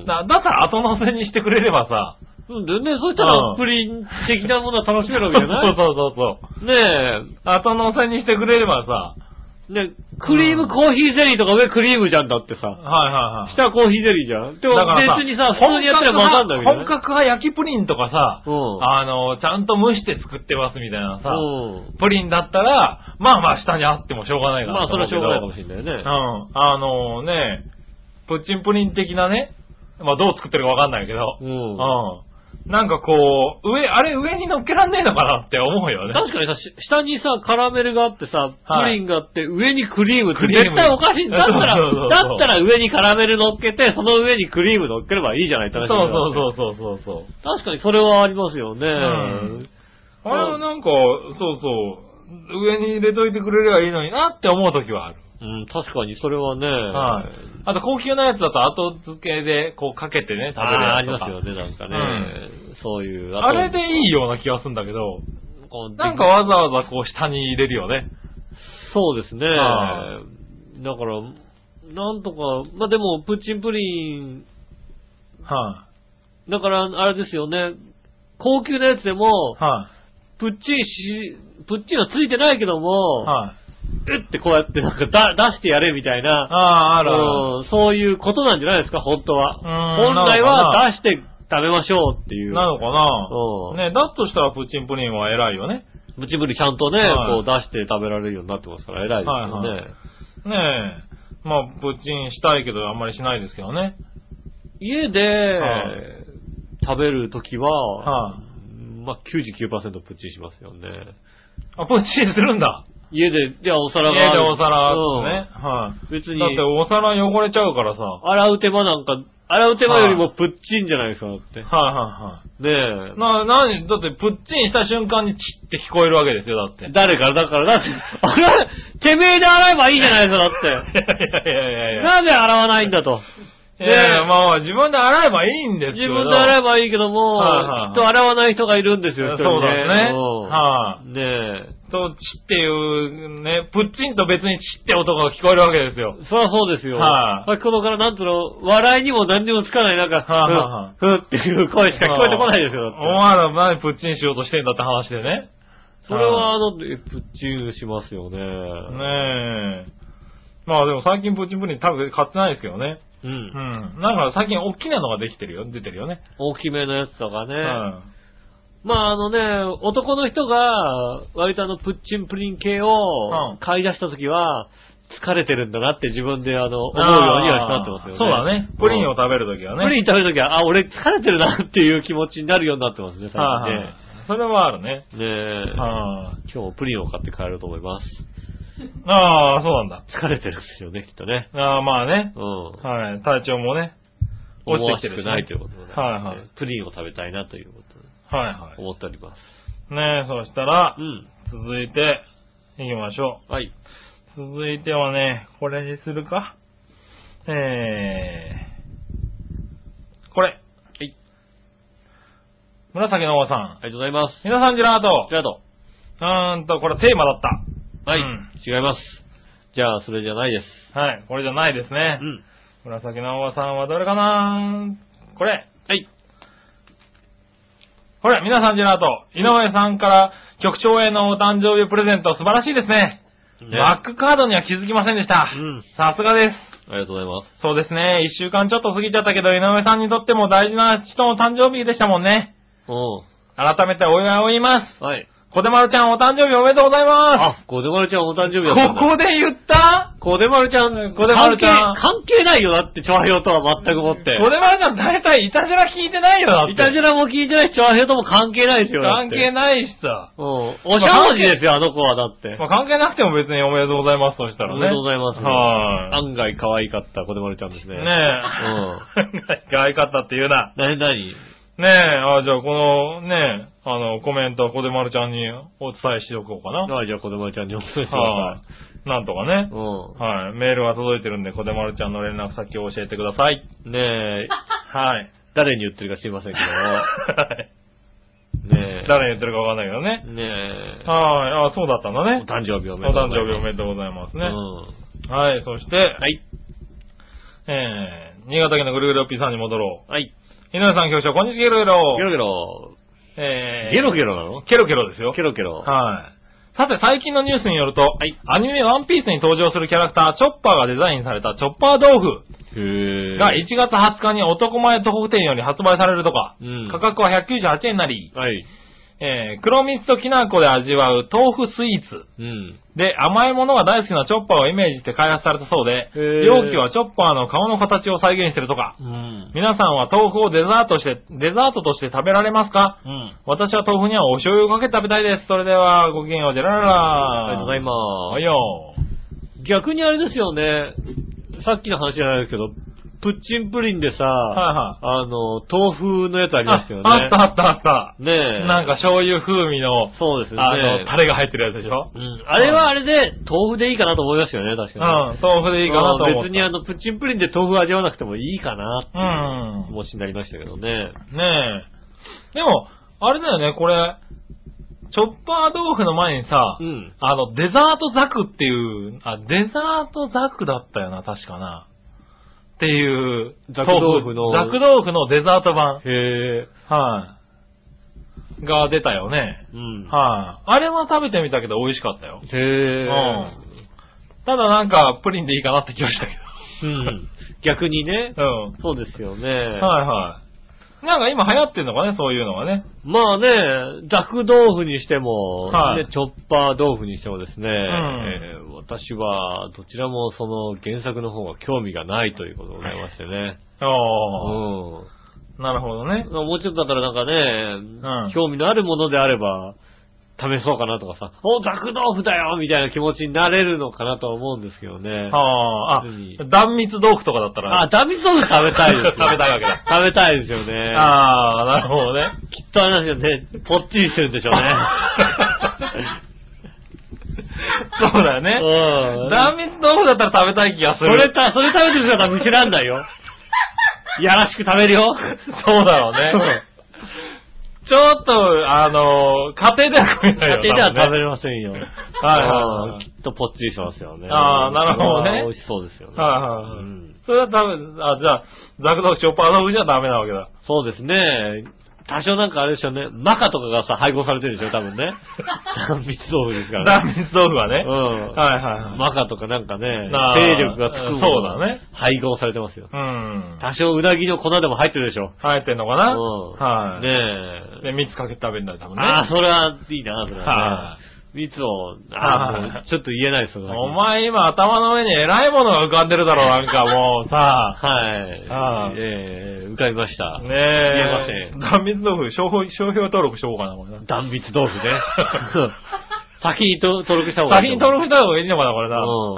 だ, だから後乗せにしてくれればさ、 うんでね、そういったらプリン的なものは楽しめるわけじゃない？ そうそうそうそう。 ねえ。 後乗せにしてくれればさ、 ね、クリームコーヒーゼリーとか上クリームじゃんだってさ。はいはいはい。下コーヒーゼリーじゃん。でも別にさ、普通にやってればわかんないわけ本格派焼きプリンとかさ、うん、あの、ちゃんと蒸して作ってますみたいなさ、うん、プリンだったら、まあまあ下にあってもしょうがないから。 まあそれはしょうがないかもしれないよね。 うん。あのね、プッチンプリン的なね、まあどう作ってるかわかんないけど、うん。うんなんかこう、上、あれ上に乗っけらんねえのかなって思うよね。 確かにさ、下にさ、カラメルがあってさ、プリンがあって、上にクリームって絶対おかしいんだったら、そうそうそうそうだったら上にカラメル乗っけて、その上にクリーム乗っければいいじゃないって話だよね。 そうそうそうそうそう。 確かにそれはありますよね。うん、 あれはなんか、そうそう、上に入れといてくれればいいのになって思うときはある。 うん、確かにそれはね。はい。 あと高級なやつだと後付けでこうかけてね、食べるやつとか。 あ、ありますよね、なんかね。うん、そういう。 あれでいいような気がするんだけど。 なんかわざわざこう下に入れるよね。 そうですね。だから、なんとか、まあでも、プッチンプリン、はい、だから、あれですよね、高級なやつでも、はい、プッチンし、プッチンはついてないけども、はい、うってこうやってなんかだ出してやれみたいな、ああ、ある、うん、そういうことなんじゃないですか、本当は。本来は出して食べましょうっていう。 なのかな、うん、ね、だとしたらプッチンプリンは偉いよね。 プッチンプリンちゃんとね、はい、こう出して食べられるようになってますから偉いですよね。はいはい、 ねえ。まあ、プッチンしたいけどあんまりしないですけどね。 家で、はい、食べるときは、はい、まあ きゅうじゅうきゅうパーセント プッチンしますよね。 あ、プッチンするんだ。 家で、いや、お皿が。 家でお皿ね。うん、はい。別に。だってお皿汚れちゃうからさ。 洗う手間なんか、洗う手間よりもプッチンじゃないですか、だって。はいはいはい。ねえ。 な、なに、だってプッチンした瞬間にチッって聞こえるわけですよ、だって。 誰から、だから、だって、あれ、てめえで洗えばいいじゃないですか、だって。いやいやいやいや。なぜ洗わないんだと。 いやいや、まあ自分で洗えばいいんですよ。自分で洗えばいいけども、はいはいはい、きっと洗わない人がいるんですよ、 そうだね。 はい、ねえ。 と、チっていうね、プッチンと別にチって音が聞こえるわけですよ。 そりゃそうですよ。はい、先ほどからなんとの、笑いにも何にもつかない、なんか、はぁ、はぁ、ふっていう声しか聞こえてこないですよ、だって。 お前ら何プッチンしようとしてんだって話でね。 それはあの、プッチンしますよね。ねえ。まあでも最近プッチンプリン多分買ってないですけどね。うん。うん。なんか最近大きなのができてるよ、出てるよね。 大きめのやつとかね。うん。まああのね、男の人が割とあのプッチンプリン系を買い出したときは疲れてるんだなって自分であの思うようにはなってますよね。 そうだね。プリンを食べるときはね。 プリン食べるときは、あ、俺疲れてるなっていう気持ちになるようになってますね、最近ね。はあ、それはあるね。 ねえ。はあ、今日プリンを買って帰ろうと思います。 ああ、そうなんだ。 疲れてるんですよね、きっとね。 ああ、まあね。うん。はい。体調もね、 落ちてきてるし、ね。ないということで、ね。 はいはい。 プリンを食べたいなということで。 はいはい。 思っております。 ねえ、そうしたら、うん。続いて、行きましょう。はい。 続いてはね、これにするか。えー。これ。 はい。 紫のおばさん。 ありがとうございます。 皆さんジェラート。 ジェラート。 うーんと、これテーマだった。 はい、うん。違います。じゃあ、それじゃないです。 はい。これじゃないですね。うん。紫のおばさんはどれかな？これ。 はい。 これ、皆さんジェラート。井上さんから局長へのお誕生日プレゼント素晴らしいですね。ね、バックカードには気づきませんでした。うん。さすがです。 ありがとうございます。 そうですね。一週間ちょっと過ぎちゃったけど、井上さんにとっても大事な人の誕生日でしたもんね。 おう。 改めてお祝いを言います。 はい。 小出丸ちゃんお誕生日おめでとうございます。 あ、小出丸ちゃんお誕生日だったんだ。 ここで言った小出丸ちゃん、小出丸ちゃん。関係ないよ、だって、チョアヘヨとは全くもって。 小出丸ちゃん大体イタジラ聞いてないよ、だって。 イタジラも聞いてないし、チョアヘヨとも関係ないですよ、 関係ないしさ。 うん。おしゃもじですよ、あの子はだって。 まあ関係なくても別におめでとうございますとしたらね。 おめでとうございます。 はい。 案外可愛かった小出丸ちゃんですね。 ねえ。うん。案外可愛かったって言うな。 なになにねえ、あ、じゃあこのね、あの、コメント、小出丸ちゃんにお伝えしておこうかな。 はい、じゃあ小出丸ちゃんにお伝えしてください。 はあ、なんとかね。 うん。 はい。メールが届いてるんで、小出丸ちゃんの連絡先を教えてください。 ねえ。 はい。 誰に言ってるか知りませんけど。はい。ねえ。 誰に言ってるかわかんないけどね。 ねえ。 はい。あ、そうだったんだね。 お誕生日おめでとうございます。 お誕生日おめでとうございますね。 うん。 はい、そして、 はい。 えー、新潟県のぐるぐるおっぴーさんに戻ろう。 はい。 井上さん、局長、こんにちは、ゲロゲロ。 ゲロゲロ。 えー、 ゲロゲロなの？ ケロケロですよ。 ケロケロ。 はい。さて、最近のニュースによると、はい、アニメワンピースに登場するキャラクター、チョッパーがデザインされたチョッパー豆腐へーがいちがつはつかに男前豆腐店より発売されるとか、うん、価格はひゃくきゅうじゅうはちえんになり、 はい。 えー、黒蜜ときな粉で味わう豆腐スイーツ。 うん。 で、甘いものが大好きなチョッパーをイメージして開発されたそうで、容器はチョッパーの顔の形を再現してるとか、うん、皆さんは豆腐をデザートして、デザートとして食べられますか？うん、私は豆腐にはお醤油をかけて食べたいです。それでは、ごきげんよう、ジェラララ。 ありがとうございます。 はいよ。 逆にあれですよね、さっきの話じゃないですけど、プッチンプリンでさ、はいはい、あの、豆腐のやつありましたよね。 あったあったあった。 ねえ。 なんか醤油風味の、 そうですね。 あの、タレが入ってるやつでしょ？ うん。あれはあれで、豆腐でいいかなと思いましたよね、確かに。 うん、豆腐でいいかなと思った。 別にあの、プッチンプリンで豆腐味わわなくてもいいかなっていう気持ちになりましたけどね。 ねえ。でも、あれだよね、これ、 チョッパー豆腐の前にさ、 うん。 あの、デザートザクっていう、あ、デザートザクだったよな、確かな。っていう、 ザク豆腐の。 ザク豆腐のデザート版。 へぇー。はい、が出たよね。 うん。 はい、あ。あれは食べてみたけど美味しかったよ。 へぇー。 うん。ただなんか、プリンでいいかなって気がしたけど。うん。逆にね。 うん。 そうですよね。 はいはい。なんか今流行ってんのかね、そういうのがね。 まあね、ザク豆腐にしても、 はい、 ね、チョッパー豆腐にしてもですね、うんえー、私はどちらもその原作の方が興味がないということでございましてね。 ああ。うん。なるほどね。 もうちょっとだったらなんかね、 うん、 興味のあるものであれば、試そうかなとかさ、お、ザク豆腐だよみたいな気持ちになれるのかなと思うんですけどね。 はあ、あ、断蜜豆腐とかだったら。 あ、断蜜豆腐食べたいですよ。 食べたいわけだ。 食べたいですよね。 ああ、なるほどね。 きっとあれなんですよね、ぽっちりしてるんでしょうね。 そうだよね。うん。断蜜豆腐だったら食べたい気がする。 それた、それ食べてる姿は見せらんないよ。いやらしく食べるよ。 そうだろうね。ちょっと、あのー、家庭では食べないよ。 家庭では食べれませんよ。はいはい。 きっとぽっちりしますよね。 ああ、なるほどね。 美味しそうですよね。 はいはい。うん。それはダメ、あ、じゃあ、ザク豆腐、ショッパー豆腐じゃダメなわけだ。 そうですね。多少なんかあれでしょうね。マカとかがさ、配合されてるでしょ、多分ね。断蜜豆腐ですからね。断蜜豆腐はね。 うん。 はいはいはい。 マカとかなんかね、勢力がつくものそうだね。 配合されてますよ。 うん。 多少うなぎの粉でも入ってるでしょ。 入ってんのかな。 うん。 はい。 ねえ。 で、蜜かけて食べるんだよ、多分ね。 ああ、それはいいな、それはね。 はい。 蜜を、ああ、ちょっと言えないですよ。 お前今頭の上に偉いものが浮かんでるだろ、なんかもうさ。 はい。ああ。ええ、浮かびました。 ねえ。 言えません。 断蜜豆腐、商標、商標登録しようかな、これな。 断蜜豆腐ね。先にと登録した方がいい。 先に登録した方がいいのかな、これな。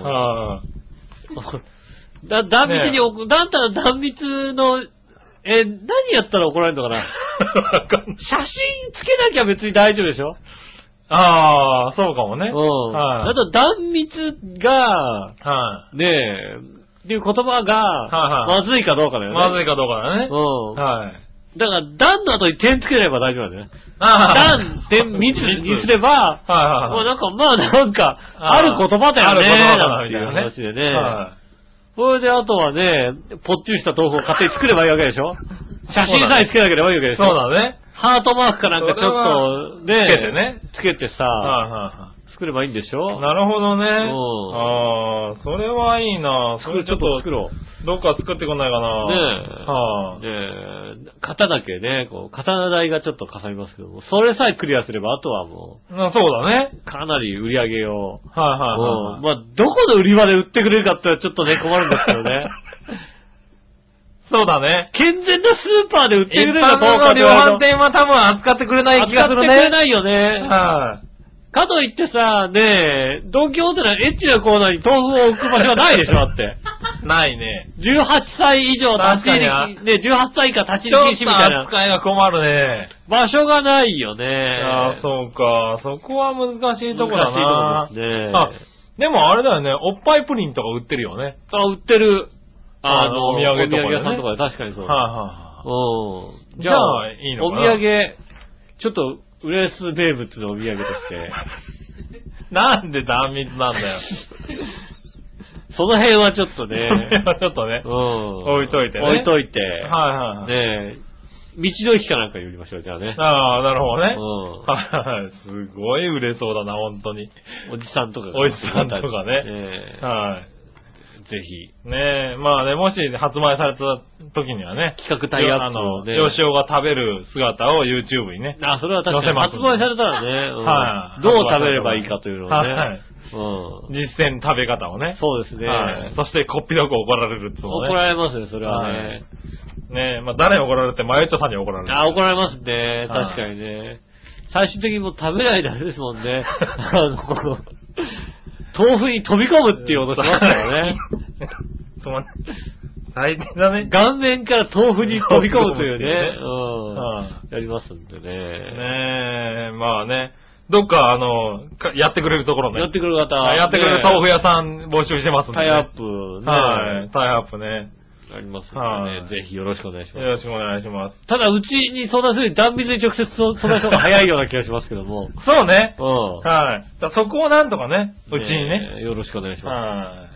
うん。だ、断蜜に置く、だったら断蜜の、え、何やったら怒られるのかな。写真つけなきゃ別に大丈夫でしょ。 ああ、そうかもね。 うん。はい。あと、断蜜が、 はい。 ねえ、っていう言葉が、 はいはい。 まずいかどうかだよね。 まずいかどうかだね。 うん。 はい。 だから、断の後に点つければ大丈夫だね。 ああ。断、点、蜜にすれば、 はいはい。 もうなんか、まあなんか、ある言葉だよね。ある言葉だっていう話でね。はい。それで、あとはね、ぽっちりした豆腐を勝手に作ればいいわけでしょ。写真さえつけなければいいわけでしょ。 そうだね。 ハートマークかなんかちょっと、ね。 つけてね。 つけてさ、 はいはい。 作ればいいんでしょ。 なるほどね。 うん。 ああ、それはいいな。 それちょっと作ろう。どっか作ってこないかな。 ねえ。はあ。ねえ。型だけね、こう、刀代がちょっとかさみますけども、それさえクリアすれば、あとはもう。あ、そうだね。 かなり売り上げを。 はいはいはい。 うん。まあ、どこの売り場で売ってくれるかってちょっとね、困るんですけどね。 そうだね。 健全なスーパーで売ってくれるかどうかの量販店は多分扱ってくれない気がするね。 扱ってくれないよね。 はい。 かといってさ、ねえ、ドンキホーテのエッチなコーナーに豆腐を置く場所はないでしょ、だって。 ないね。 じゅうはっさい以上立ち入り、ね、じゅうはっさい以下立ち入り禁止みたいな。 ちょっと扱いが困るね。 場所がないよね。 ああ、そうか。そこは難しいとこだな。 難しいとこですね。 あ、でもあれだよね、おっぱいプリンとか売ってるよね。 あ、売ってる。 あの、お土産とか、ね。 お土産屋さんとかで確かにそう。 はいはいはい。 うん。じゃあ、 いいのかな。 お土産、ちょっと、浦安名物のお土産として。 なんで断蜜なんだよ。 その辺はちょっとね。 その辺はちょっとね。 うん。 置いといてね。 置いといて。 はいはいはい。 ねえ。道の駅かなんか寄りましょう、じゃあね。 ああ、なるほどね。 うん。 はいはい。すごい売れそうだな、本当に。 おじさんとかが。 おじさんとかね。 えー、 はい。 ぜひ。 ねえ、まあね、もし発売された時にはね。 企画タイアップをね。 ヨシオが食べる姿を YouTube にね。 あ、それは確かに。発売されたらね。うん、はい。どう食べればいいかというのをね。はい。うん。 実践食べ方をね。 そうですね。はい。 そしてこっぴどく怒られるってのね。 怒られますね、それはね。はい、 ねえ、まあ誰に怒られるってマヨッチョさんに怒られる。 あ、怒られますね。確かにね。最終的にもう食べないだけですもんね。あの、豆腐に飛び込むっていうことしますからね。 その最低だね。 顔面から豆腐に飛び込むというね。うん。やりますんでね。 ねえ、まあね。どっかあの、やってくれるところね。 やってくれる方。 やってくれる豆腐屋さん募集してますんで、ね。 タイアップね。 はい。タイアップね。 ありますのでね、はい、ぜひよろしくお願いします。 よろしくお願いします。 ただ、うちに相談するに断密に直接相談した方が早いような気がしますけども。 そうね。 うん。 はい。だそこをなんとかね、うちにね。 よろしくお願いします。 はい。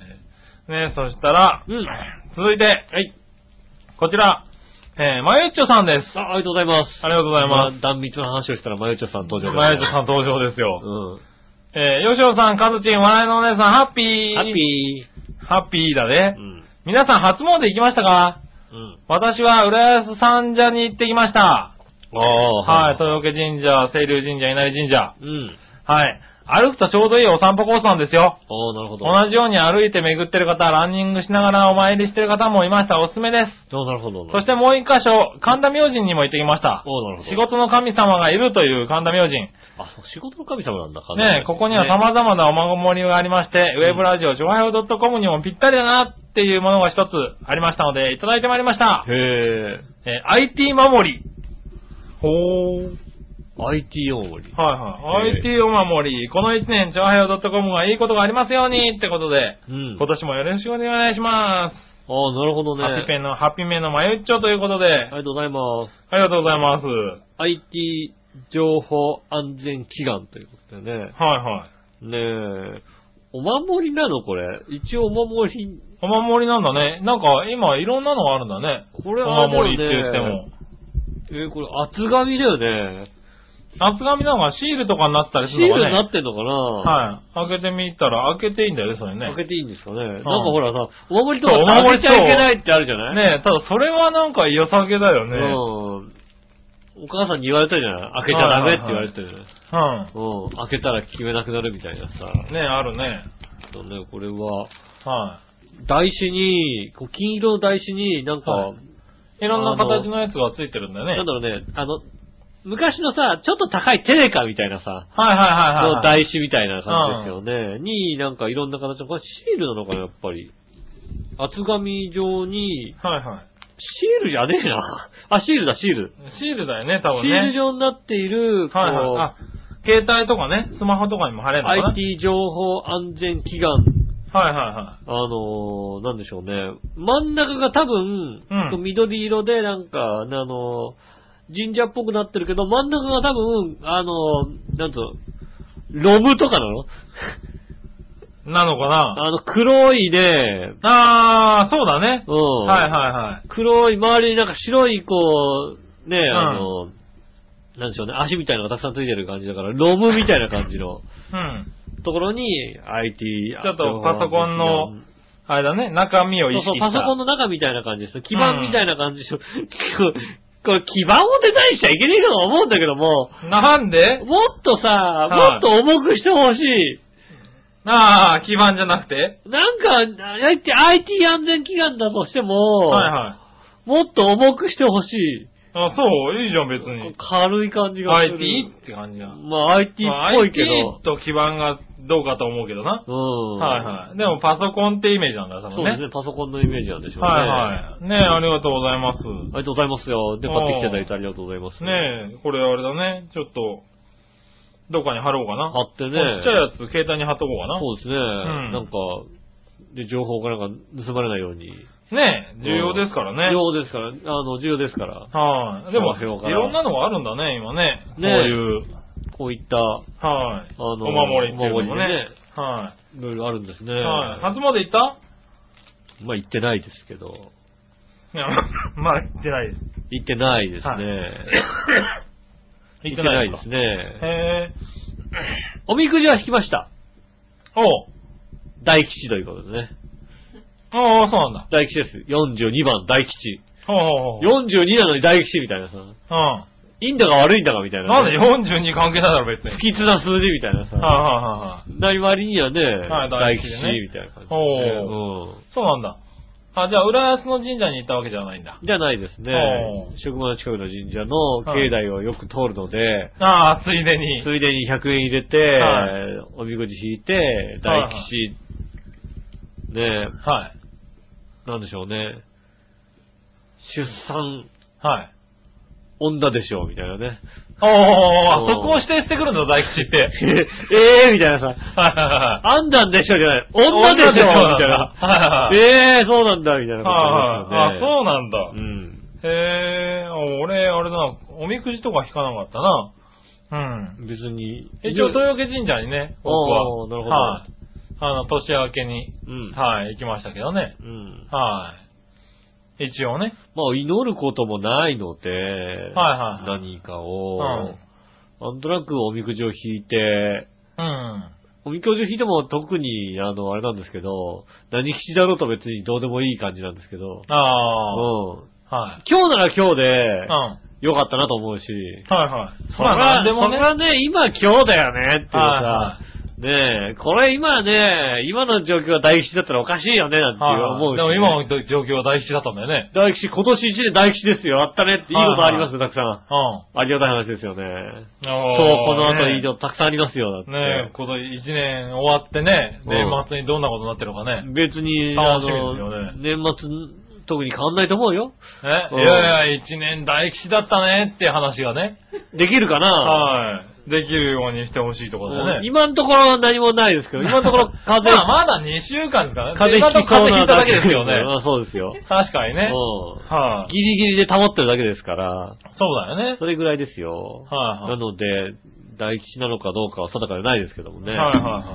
ね、そしたら、 うん。 続いて、はい。こちら、えー、まゆっちょさんです。 あ、ありがとうございます。 ありがとうございます。 まあ、断密の話をしたらまゆっちょさん登場です。 まゆっちょさん登場ですよ。 うん。 えー、よしおさん、かずちん、笑いのお姉さん、ハッピー。 ハッピー。ハッピーだね。 うん。 皆さん、初詣行きましたか？うん。私は、浦安三社に行ってきました。ああ、はい。豊岡神社、清流神社、稲荷神社。うん。はい。歩くとちょうどいいお散歩コースなんですよ。 おー、なるほど。 同じように歩いて巡ってる方、ランニングしながらお参りしてる方もいました。おすすめです。 おー、なるほど。 そしてもう一箇所、神田明神にも行ってきました。 おー、なるほど。 仕事の神様がいるという神田明神。 あ、そう、仕事の神様なんだ、 ねえ、ここには様々なお守りがありまして、ね、ウェブラジオ、ジョアヘオ .com にもぴったりだなっていうものが一つありましたので、いただいてまいりました。 へー。 えー、アイティー 守り。ほー。 アイティー お守り。 はいはい。アイティー お守り。この一年、チョアヘヨ .com がいいことがありますようにってことで、うん、今年もよろしくお願いします。 ああ、なるほどね。 ハッピーペンの、ハッピーメンのまゆっちょということで。ありがとうございます。 ありがとうございます。 アイティー 情報安全祈願ということでね。はいはい。 ねえ。お守りなのこれ。一応お守り。 お守りなんだね。なんか今いろんなのがあるんだね。 これは、ね、お守りって言っても。 えー、これ厚紙だよね。 厚紙なのがシールとかになったりするのかね。 シールになってんのかな？ はい。開けてみたら、開けていいんだよね、それね。 開けていいんですかね。なんかほらさ、お守りとか開けちゃいけないってあるじゃない？ ねえ、ただそれはなんか良さげだよね。 うん。お母さんに言われたじゃない？開けちゃダメって言われてたじゃない？うん。うん。開けたら決めなくなるみたいなさ。 ねえ、あるね。 そうね、これは、 はい。 台紙に、金色の台紙になんか、はい、 いろんな形のやつがついてるんだよね。 なんだろうね、あの、昔のさ、ちょっと高いテレカみたいなさ、 はいはいはいはい。 の台紙みたいな感じですよね。うん、に、なんかいろんな形の、これシールなのかな、やっぱり。厚紙状に、 はいはい。 シールじゃねえな。あ、シールだ、シール。 シールだよね、多分ね。 シール状になっている、 はいはい。あ、携帯とかね、スマホとかにも貼れるのかな。 アイティー 情報安全祈願。 はいはいはい。 あのー、なんでしょうね。真ん中が多分、うん、緑色で、なんか、あのー、神社っぽくなってるけど、真ん中が多分、あのー、なんと、ロムとかなのなのかなあの、黒いね。 あー、そうだね。 うん。 はいはいはい。 黒い、周りになんか白い、こう、ね、あの、うん、なんでしょうね、足みたいなのがたくさんついてる感じだから、ロムみたいな感じの。うん。ところに、アイティー、 ちょっとパソコンの、あれだね、中身を意識した。 そうそう、パソコンの中みたいな感じです。基板みたいな感じでしょ。うんこれ基板をデザインしちゃいけねえと思うんだけども。 なんでもっとさ、もっと重くしてほしい。 ああ、基板じゃなくてなんか、アイティー 安全祈願だとしても、 はいはい。 もっと重くしてほしい。 あ、そう、いいじゃん別に。 軽い感じがする。 アイティー って感じが。 まあ アイティー っぽいけど。 アイティー と基板がどうかと思うけどな。うん。はいはい。でもパソコンってイメージなんだ、多分ね。 そうですね、パソコンのイメージなんでしょうね。 はいはい。ねえ、ありがとうございます。ありがとうございますよ。で、買ってきていただいてありがとうございます。 ねえ、これあれだね、ちょっと、どっかに貼ろうかな。 貼ってね。 ちっちゃいやつ、携帯に貼っとこうかな。 そうですね。うん、なんか、で、情報がなんか盗まれないように。 ねえ、重要ですからね。 重要ですから、あの、重要ですから。 はい、あ。でも、いろんなのがあるんだね、今ね。こういう。 こういった、はい。 あの、お守りっていうのもね。 はい。いろいろあるんですね。 はい。初詣行った？ まあ、行ってないですけど。 いや、まあ、行ってないです。 行ってないですね。 行ってないですね。 へー。おみくじは引きました。 おう。 大吉ということでね。 ああ、そうなんだ。 大吉です。よんじゅうにばん大吉。 ほうほうほう。 よんじゅうになのに大吉みたいなさ。うん。いいんだか悪いんだかみたいな、 ね。なんでよんじゅうに関係ないだろ別に。 不吉な数字みたいなさ。 はあ、はあはあ、 なり割にはね、 はい、 大吉、ね、みたいな感じ、ね。 おうん。そうなんだ。あ、じゃあ、浦安の神社に行ったわけじゃないんだ。 じゃないですね。職場の近くの神社の境内をよく通るので、 ああ、ついでに。 ついでにひゃくえん入れて、はい、おみくじ引いて、大吉、はい、ねはい。なんでしょうね。出産、 はい。 女でしょう、みたいなね。 おー、そこを指定してくるんだ、大吉って。 ええー、みたいなさ。あんだんでしょじゃない。女でしょみたいな。ええー、そうなんだ、みたいなことですよね。あ、そうなんだ。 うん。 へえ、俺、あれだな、おみくじとか引かなかったな。うん。 別に。 一応、豊受神社にね、僕は。 なるほど。はい。 あの、年明けに、 うん、 はい、行きましたけどね。 うん。 はい。一応ね。 まあ、祈ることもないので、はいはい。 何かを、うん、なんとなくおみくじを引いて、 うん。 おみくじを引いても特に、あの、あれなんですけど、何吉だろうと別にどうでもいい感じなんですけど、 ああ。 うん。 はい。 今日なら今日で、 うん。 よかったなと思うし、 はいはい。 それは、でもね、それはね、今今日だよねっていうさ、はいはいねえ、これ今ね、今の状況が大吉だったらおかしいよね、なんて思うし、ね。 でも今の状況は大吉だったんだよね。 大吉、今年一年大吉ですよ。あったねっていいことありますよ、たくさん。うん。ありがたい話ですよね。そう、この後いいのたくさんありますよ、だって。 ねえ、今年一年終わってね、年末にどんなことになってるかね。 別に、 楽しみですよね。 年末、特に変わんないと思うよ。 え、いやいや、一年大吉だったねって話がね。 できるかなはい。できるようにしてほしいところだよね。 今のところは何もないですけど、今のところ風邪まあまだにしゅうかんですからね。 風邪ひいただけですよね。 あそうですよ。 確かにね。 はい、ギリギリで保ってるだけですから。 そうだよね。 それぐらいですよ。 はい、はい、 なので、大吉なのかどうかは定かでないですけどもね。 はいはいはい。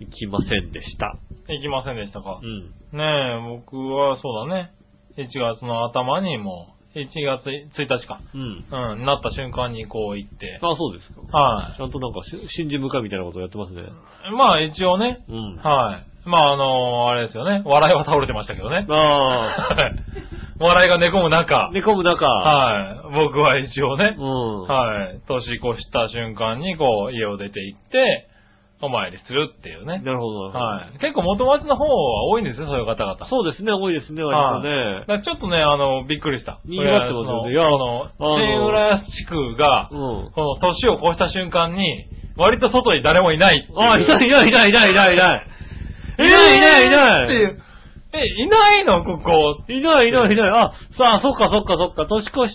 行きませんでした。 行きませんでしたか。 うん。 ねえ、僕はそうだね。いちがつの頭にもう、いちがつついたちか。 うん。 うん。なった瞬間にこう行って。 あ、そうですか。 はい。 ちゃんとなんか、信じ向かみたいなことをやってますね。 まあ一応ね。 うん。 はい。まああのー、あれですよね。笑いは倒れてましたけどね。 ああ。 笑いが寝込む中。 寝込む中。 はい。僕は一応ね。 うん。 はい。年越した瞬間にこう、家を出て行って、お参りするっていうね。 なるほど。 はい。結構元町の方は多いんですよ、そういう方々。 そうですね、多いですね、割とね。 だちょっとね、あの、びっくりした。 にぎわってますよね。いや、 あの、新浦安地区が、うん、この年を越した瞬間に、割と外に誰もいない。 あ、いないいないいないいないいないいない。いないいないいないっていう。 え、いないのここ。 いないいないいない。あ、さあ、そっかそっかそっか。年越して、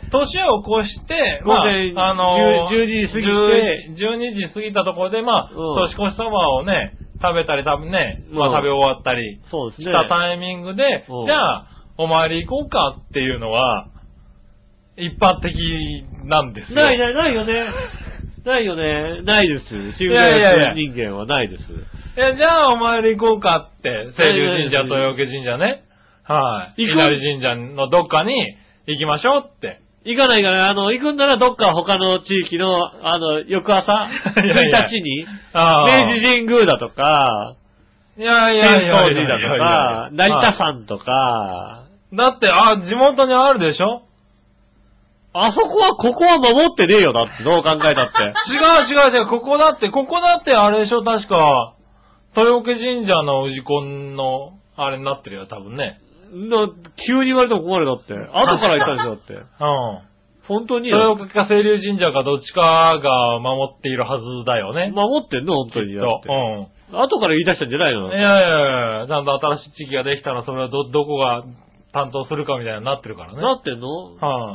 年を越して、 まあ、あのー、じゅうじ過ぎて、 じゅうにじ過ぎたところで、まあ、うん、年越しそばをね、食べたり食べね、まあ食べ終わったり、 そうですね。 したタイミングで、じゃあ、お参り行こうかっていうのは、一般的なんですよ。 ないないないよね。ないよね。ないです。新浦安人間はないです。 いや、じゃあお参り行こうかって、清流神社、豊受神社ね。はい。稲荷神社のどっかに行きましょうって。 行かないから、あの、行くんならどっか他の地域の、あの、翌朝、ついたちに、明治神宮だとか、 いやいやいや天宗寺だとか、成田山とか。 だって、あ、地元にあるでしょ？ あそこは、ここは守ってねえよ、だって、どう考えたって。 違う違う違う、ここだって、ここだってあれでしょ、確か、豊受神社の氏子の、あれになってるよ、多分ね。 な、急に言われても困るだって。後から言ったんでしょ、だって。うん。本当に豊受か清流神社かどっちかが守っているはずだよね。 守ってんの本当に。だって。うん。後から言い出したんじゃないの？ いやいやいや、ちゃんと新しい地域ができたら、それはど、どこが担当するかみたいになってるからね。 なってんの？ はい、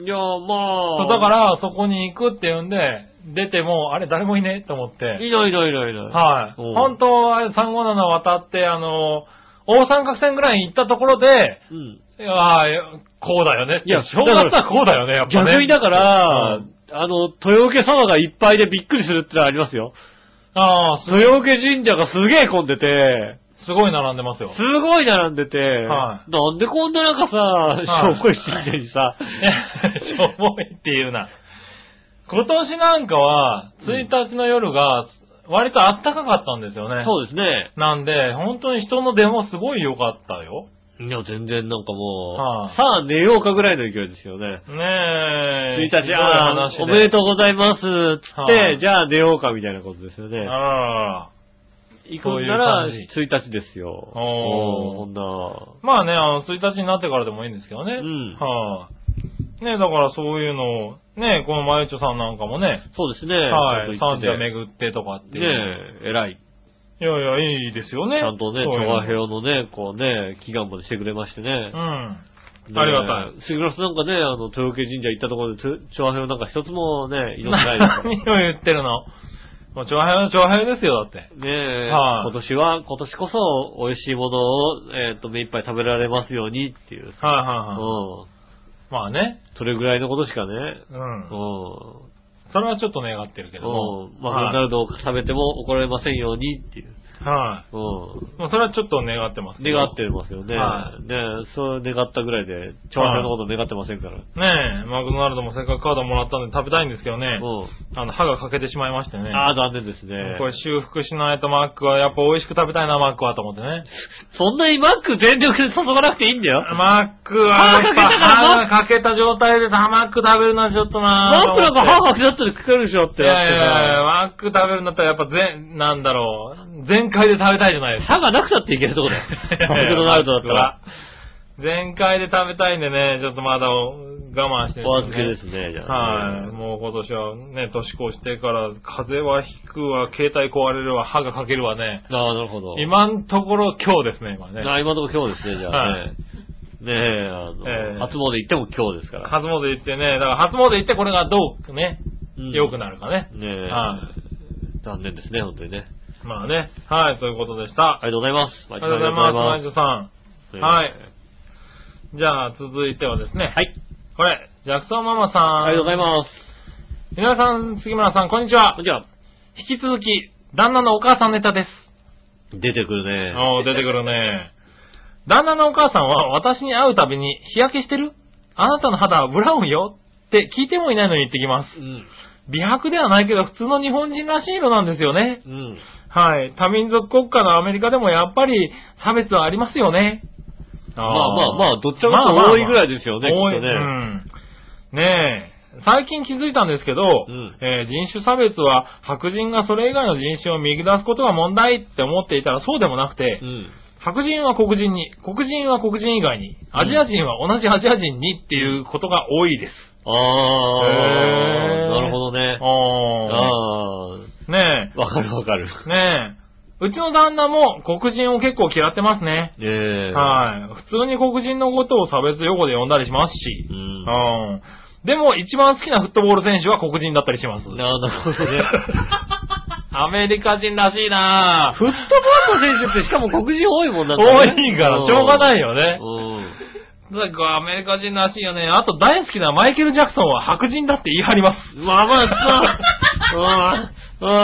いや、まあ。 そう、だから、そこに行くって言うんで、出ても、あれ、誰もいねえと思って。 いないいないいないいない。 はい。本当は、さんごーなな渡って、あの、大三角線ぐらいに行ったところで、 うん。 ああ、こうだよね。いや、正月はこうだよね、やっぱね。 逆にだから、うん、あの、豊受様がいっぱいでびっくりするってのはありますよ。 ああ、 豊受神社がすげえ混んでて、 すごい並んでますよ。 すごい並んでて、 はい、 なんでこんななんかさ、はい、しょぼい神社にさ、 しょぼいっていうな。今年なんかは、ついたちの夜が、割と暖かかったんですよね。 そうですね。 なんで、本当に人の出もすごい良かったよ。 いや、全然なんかもう、 はあ、 さあ寝ようかぐらいの勢いですよね。 ねえ。 ついたち、ああ、おめでとうございます、つって、はあ、じゃあ寝ようかみたいなことですよね。 ああ。 行くんなら、ついたちですよ。 おー。 そんな。 まあね、あの、ついたちになってからでもいいんですけどね。 うん。 はあ。ね、だからそういうのを、ね、このまゆちょさんなんかもね。 そうですね。 はい。三社巡ってとかっていう。 ねえ、偉い。 いやいや、いいですよね。 ちゃんとね、調和平のね、こうね、祈願までしてくれましてね。 うん。 ありがたい。 杉村さんなんかね、あの、豊家神社行ったところで、調和表なんか一つもね、挑んでないですから。 何を言ってるの？もう調和表の調和表ですよ、だって。 ねえ、 はい、 今年は、今年こそ美味しいものを、えっと、目いっぱい食べられますようにっていう。 はいはいはい。うん。まあね。 それぐらいのことしかね。 うん。 うん。 それはちょっと願ってるけども。 マクドナルドを食べても怒られませんようにっていう。 はい、うん。もうそれはちょっと願ってますね。願ってますよね。はい。ねえ、そう願ったぐらいで、調和表のこと願ってませんから。 ねえ、マクドナルドもせっかくカードもらったんで食べたいんですけどね。うん。あの、歯が欠けてしまいましてね。 ああ、残念ですね。 これ修復しないとマックは、やっぱ美味しく食べたいな、マックはと思ってね。 そんなにマック全力で注がなくていいんだよ。 マックは、歯が欠けたから歯が欠けた状態でマック食べるのはちょっとなマックなんか歯が欠けたって食えるでしょって。 いやいやいや、マック食べるんだったらやっぱ全、なんだろう、全開で食べたいじゃない。 歯がなくたっていけるとこだよ。マクドナルドだったら。 全開で食べたいんでね、ちょっとまだ我慢してるんですね。お預けですね、じゃあ、ね。はい。もう今年はね、年越してから、風邪はひくわ、携帯壊れるわ、歯が欠けるわね。 ああ、なるほど。 今んところ今日ですね、今ね。 あ今のところ今日ですね、じゃあね。はい、ねえ、あの、えー、初詣行っても今日ですから。 初詣行ってね、だから初詣行ってこれがどうね、良、うん、くなるかね。 ねえ。はい。残念ですね、本当にね。 まあね。はい、ということでした。 ありがとうございます。 ありがとうございます、マイトさん。はい。じゃあ、続いてはですね。 はい。 これ、ジャクソンママさん。 ありがとうございます。 皆さん、杉村さん、こんにちは。 こんにちは。 引き続き、旦那のお母さんネタです。 出てくるね。 おー、出てくるね。旦那のお母さんは、私に会うたびに、日焼けしてる？あなたの肌はブラウンよって聞いてもいないのに言ってきます。うん。美白ではないけど、普通の日本人らしい色なんですよね。うん。はい。多民族国家のアメリカでもやっぱり差別はありますよね。 あまあまあまあ、どっちかというと多いぐらいですよね、まあまあまあ、きっとね。うん。 ねえ。最近気づいたんですけど、うんえー、人種差別は白人がそれ以外の人種を見出すことが問題って思っていたらそうでもなくて、うん、白人は黒人に、黒人は黒人以外に、アジア人は同じアジア人にっていうことが多いです。 ああ、なるほどね。 ああ。ねえ。わかるわかる。 ねえ。うちの旦那も黒人を結構嫌ってますね。 ええ。 はい。普通に黒人のことを差別用語で呼んだりしますし。うん。うん。でも一番好きなフットボール選手は黒人だったりします。 なるほどね。 アメリカ人らしいなぁ。 フットボールの選手ってしかも黒人多いもんなんだね。多いからしょうがないよね。 うん。 だからアメリカ人らしいよね。あと大好きなマイケル・ジャクソンは白人だって言い張ります。 まあまあ、そう。うん。うん。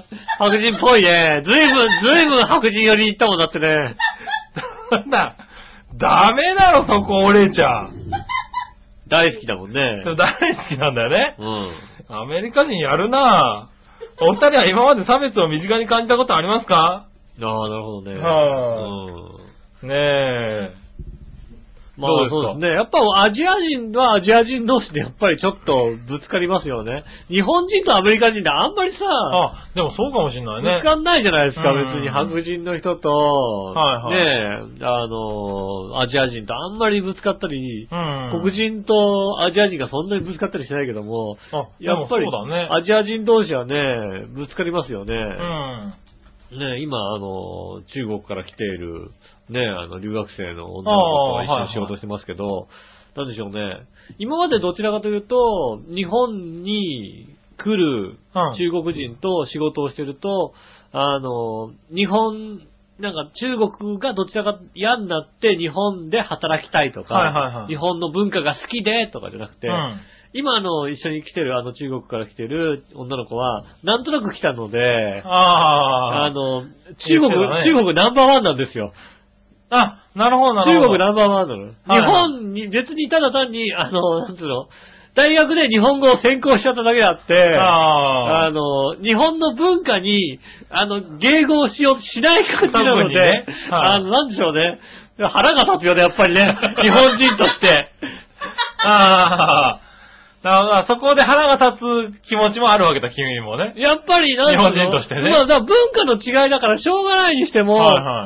白人っぽいね。ずいぶん、ずいぶん白人寄りに行ったもんだってね。 なんだ。ダメだろ、そこ、お姉ちゃん。 大好きだもんね。 大好きなんだよね。 うん。 アメリカ人やるなぁ。お二人は今まで差別を身近に感じたことありますか？ ああ、なるほどね。 はぁ、うん。ねえ。 まあそうですね。やっぱアジア人はアジア人同士でやっぱりちょっとぶつかりますよね。日本人とアメリカ人ってあんまりさ、 あ、でもそうかもしれないね。 ぶつかんないじゃないですか、別に白人の人と、 はいはい、 ねえ、あの、アジア人とあんまりぶつかったり、うん、黒人とアジア人がそんなにぶつかったりしないけども、 あやっぱりアジア人同士はね、ぶつかりますよね。 うんね今、あの、中国から来ている、ねあの、留学生の女の子と一緒に仕事してますけど、はいはい、なんでしょうね。今までどちらかというと、日本に来る中国人と仕事をしてると、うん、あの、日本、なんか中国がどちらか嫌になって日本で働きたいとか、 はいはいはい、 日本の文化が好きでとかじゃなくて、うん今あの、一緒に来てる、あの中国から来てる女の子は、なんとなく来たので、 ああ、 あの、中国、ね、中国ナンバーワンなんですよ。 あ、なるほどなるほど。 中国ナンバーワンなの。はいはい、日本に、別にただ単に、あの、なんつうの、大学で日本語を専攻しちゃっただけであって、 ああの、日本の文化に、あの、迎合しようとしない感じなので、ねはい、あの、なんでしょうね。腹が立つよね、やっぱりね。日本人として。 ああ。だからそこで腹が立つ気持ちもあるわけだ、君もね。 やっぱりなんか日本人としてね。 まあ、だ文化の違いだからしょうがないにしても、 はいはい、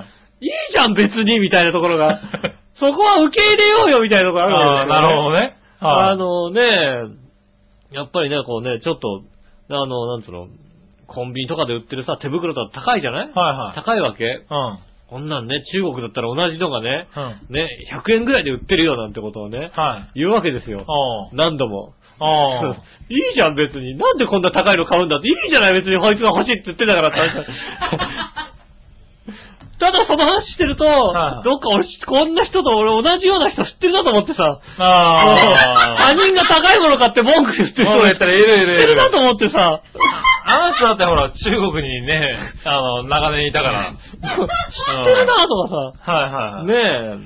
いいじゃん別にみたいなところが、そこは受け入れようよみたいなところがあるわけですよ、ね。 なるほどね。 はい、あのね、やっぱりね、こうね、ちょっと、あの、なんつうの、コンビニとかで売ってるさ、手袋とか高いじゃない？ はいはい。 高いわけ。 うん。 こんなんね、中国だったら同じのがね、うん、ね、ひゃくえんぐらいで売ってるよなんてことをね、はい、言うわけですよ。何度も。あいいじゃん別に。なんでこんな高いの買うんだって。いいじゃない別にこいつが欲しいって言ってたからってただその話してると、はい、どっか俺、こんな人と俺同じような人知ってるなと思ってさ、あ他人が高いもの買って文句言ってる人がいたらいるいるいる。知ってるなと思ってさ、 あの人だってほら、中国にね、あの、長年いたから。知ってるなとかさ、 はいはい。 ねえ。 うん。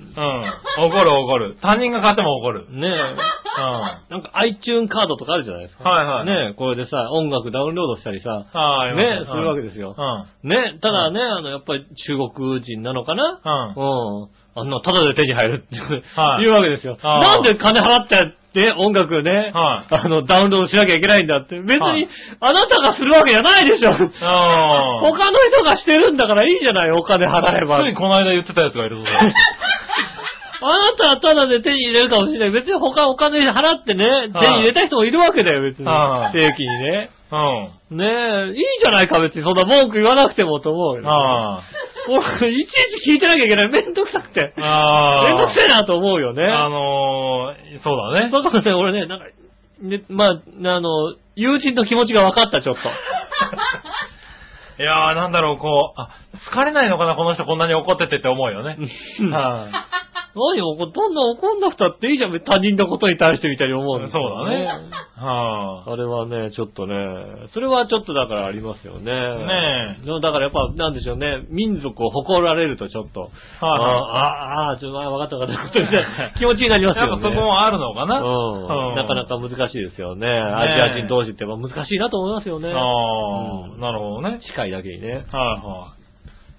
怒る怒る。他人が買っても怒る。 ねえ。うん。なんか iTunes カードとかあるじゃないですか。はいはい。ねえ、これでさ、音楽ダウンロードしたりさ、はい。ねえ、するわけですよ。うん。ねえ、ただね、あの、やっぱり中国人なのかなうん。うん。あんな、ただで手に入るっていう、はい、いうわけですよ。なんで金払ってで、音楽ね、はい、あの、ダウンロードしなきゃいけないんだって。別に、はい、あなたがするわけじゃないでしょ。他の人がしてるんだからいいじゃない、お金払えば。 ついこの間言ってたやつがいるぞ。 あなたはただで手に入れるかもしれない。別に他お金払ってね、手に入れた人もいるわけだよ、別に。正規にね。うん。ねえ、いいじゃないか、別に。そんな文句言わなくてもと思うよ。ああ。俺、いちいち聞いてなきゃいけない。めんどくさくて。ああ。めんどくせえなと思うよね。 あのー、そうだね。 そうかもね、俺ね、なんか、ね、まあ、あの、友人の気持ちが分かった、ちょっと。 いやー、なんだろう、こう、あ、疲れないのかな、この人こんなに怒っててって思うよね。 はい。何を、どんな怒んなくたっていいじゃん、他人のことに対してみたいに思うんですよ、ね。そうだね。はあ。あれはね、ちょっとね、それはちょっとだからありますよね。ねえ。だからやっぱ、なんでしょうね、民族を誇られるとちょっと、はあ、ああ、ちょっと、わかったわかった。気持ちになりますよね。 やっぱそこもあるのかな。 うん。なかなか難しいですよね。アジア人同士って難しいなと思いますよね。ああ、なるほどね。 近いだけにね。 はいはい。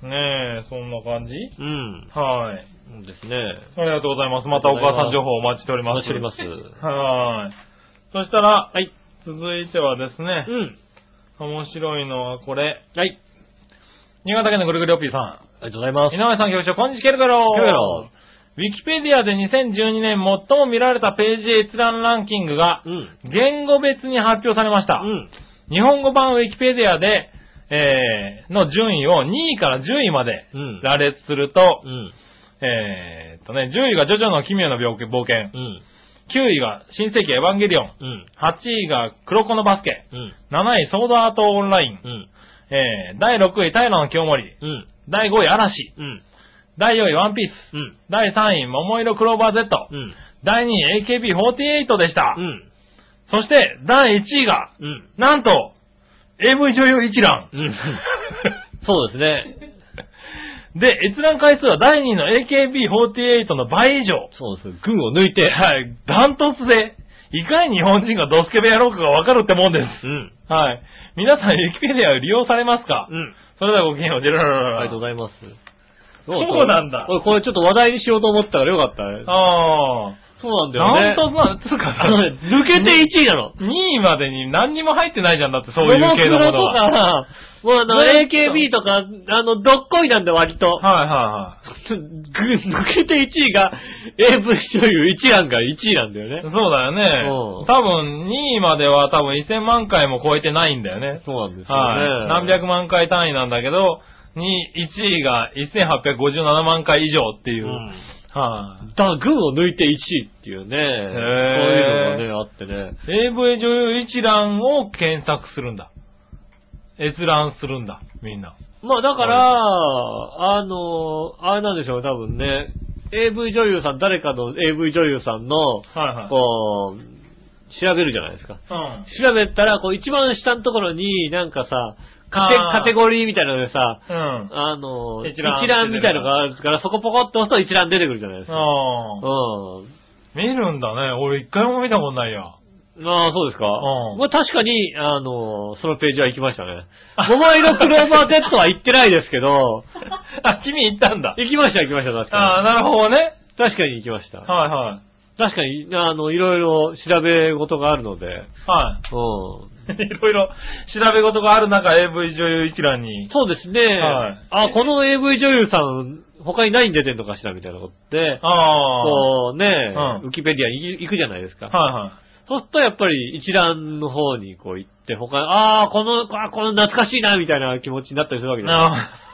ねえ、そんな感じ？うん。はい。 ですね。 ありがとうございます。またお母さん情報お待ちしております。 お待ちしております。 はい。そしたら、はい。続いてはですね。うん。面白いのはこれ。はい。新潟県のぐるぐるおっぴーさん。ありがとうございます。 井上さん、局長、こんにちは、ケルケロー。ケルケロー。ウィキペディアでにせんじゅうにねん最も見られたページ閲覧ランキングが、うん、言語別に発表されました。うん。日本語版ウィキペディアで、えー、の順位をにいからじゅういまで羅列すると、うん、えーっとね、じゅういがジョジョの奇妙な冒険、うん、きゅういが新世紀エヴァンゲリオン、うん、はちいが黒子のバスケ、うん、なないソードアートオンライン、うん、えー、だいろくい平野清盛、うん、だいごい嵐、うん、だいよんいワンピース、うん、だいさんい桃色クローバー Z、うん、だいにい エーケービーフォーティーエイト でした。うん、そしてだいいちいが、うん、なんと エーブイ 女優一覧、うん、 そうですね。 で、閲覧回数はだいにいの エーケービーフォーティーエイト の倍以上。 そうです。群を抜いて。 はい。ダントツで、いかに日本人がドスケベ野郎かがわかるってもんです。うん。はい。皆さん、ウィキペディアを利用されますか？うん。それではごきげんよう、ジェララララ。 ありがとうございます。 そうなんだ。 俺、これちょっと話題にしようと思ったからよかったね。ああ。そうなんだよね。 ダントツなの、つうか、 あのね、抜けていちいなの。 にいまでに何にも入ってないじゃんだって、そういう系のものは。 とか、もうあの、エーケービー とか、あの、どっこいなんだ割と。はいはいはい。抜けていちいが、エーブイ 女優一覧がいちいなんだよね。 そうだよね。うん、多分、にいまでは多分せんまんかいも超えてないんだよね。 そうなんですよね。 はい。何百万回単位なんだけど、にい、いちいがせんはっぴゃくごじゅうななまんかい以上っていう。うんはい、あ、だ、群を抜いていちいっていうね。そういうのがね、あってね。 エーブイ 女優一覧を検索するんだ。閲覧するんだ、みんな。 まあだから、あの、あれなんでしょう、多分ね。エーブイ 女優さん、誰かの エーブイ 女優さんの、はいはい、こう、調べるじゃないですか。うん、調べたら、こう一番下のところになんかさ、カテ、カテゴリーみたいなのでさ、うん、あの、一覧、一覧みたいなのがあるから、そこポコッと押すと一覧出てくるじゃないですか。 うん。見るんだね。俺一回も見たことないや。ああ、そうですか。うん。まあ確かに、あの、そのページは行きましたね。桃色クローバー Z は行ってないですけど、 あ、君行ったんだ。 行きました行きました、確かに。 ああ、なるほどね。 確かに行きました。 はいはい。 確かに、あの、いろいろ調べ事があるので。はい。 うん。いろいろ調べ事がある中 エーブイ 女優一覧に。 そうですね。はい。あ、この エーブイ 女優さん、他に何出てんのかしらみたいなことで、ああ。こうね、うん、ウィキペディアに行くじゃないですか。はいはい。そうするとやっぱり一覧の方にこう行って、他、ああ、この、あこの懐かしいな、みたいな気持ちになったりするわけです。ああ。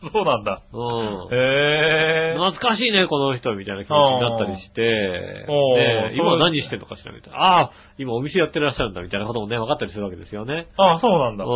そうなんだ。 うん。 へぇー。 懐かしいね、この人、みたいな気持ちになったりして、ね、今何してんのかしら、みたいな。ああ、今お店やってらっしゃるんだ、みたいなこともね、分かったりするわけですよね。 ああ、そうなんだ。 うん。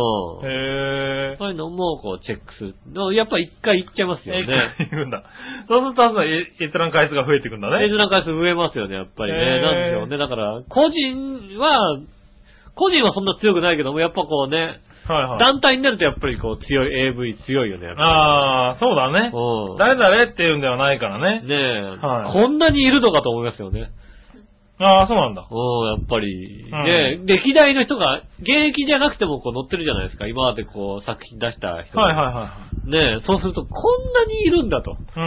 へぇー。 そういうのも、こう、チェックする。やっぱ一回行っちゃいますよね。 一回行くんだ。そうすると、あと、閲覧回数が増えていくんだね。 閲覧回数増えますよね、やっぱりね。なんでしょうね。だから、個人は、個人はそんな強くないけども、やっぱこうね、はいはい、団体になるとやっぱりこう強い エーブイ 強いよね。 ああ、そうだね。うん。誰々っていうんではないからね。 ねえ、はい。こんなにいるのかと思いますよね。 ああ、そうなんだ。 うん、やっぱり。うん、ね歴代の人が、現役じゃなくてもこう乗ってるじゃないですか。今までこう作品出した人が。 はいはいはい。 ねえ、そうするとこんなにいるんだと。 うん。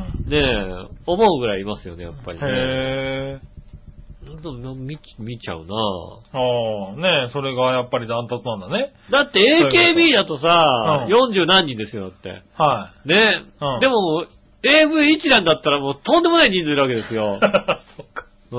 ねえ、思うぐらいいますよね、やっぱりね。 へー。 見, 見ちゃうなぁ。 ああ、ねえ、それがやっぱりダントツなんだね。 だって エーケービー だとさ、うん、よんじゅう何人ですよって。 はい。 ね、うん、でも、エーブイ 一覧だったらもうとんでもない人数いるわけですよ。 そっか。 うん。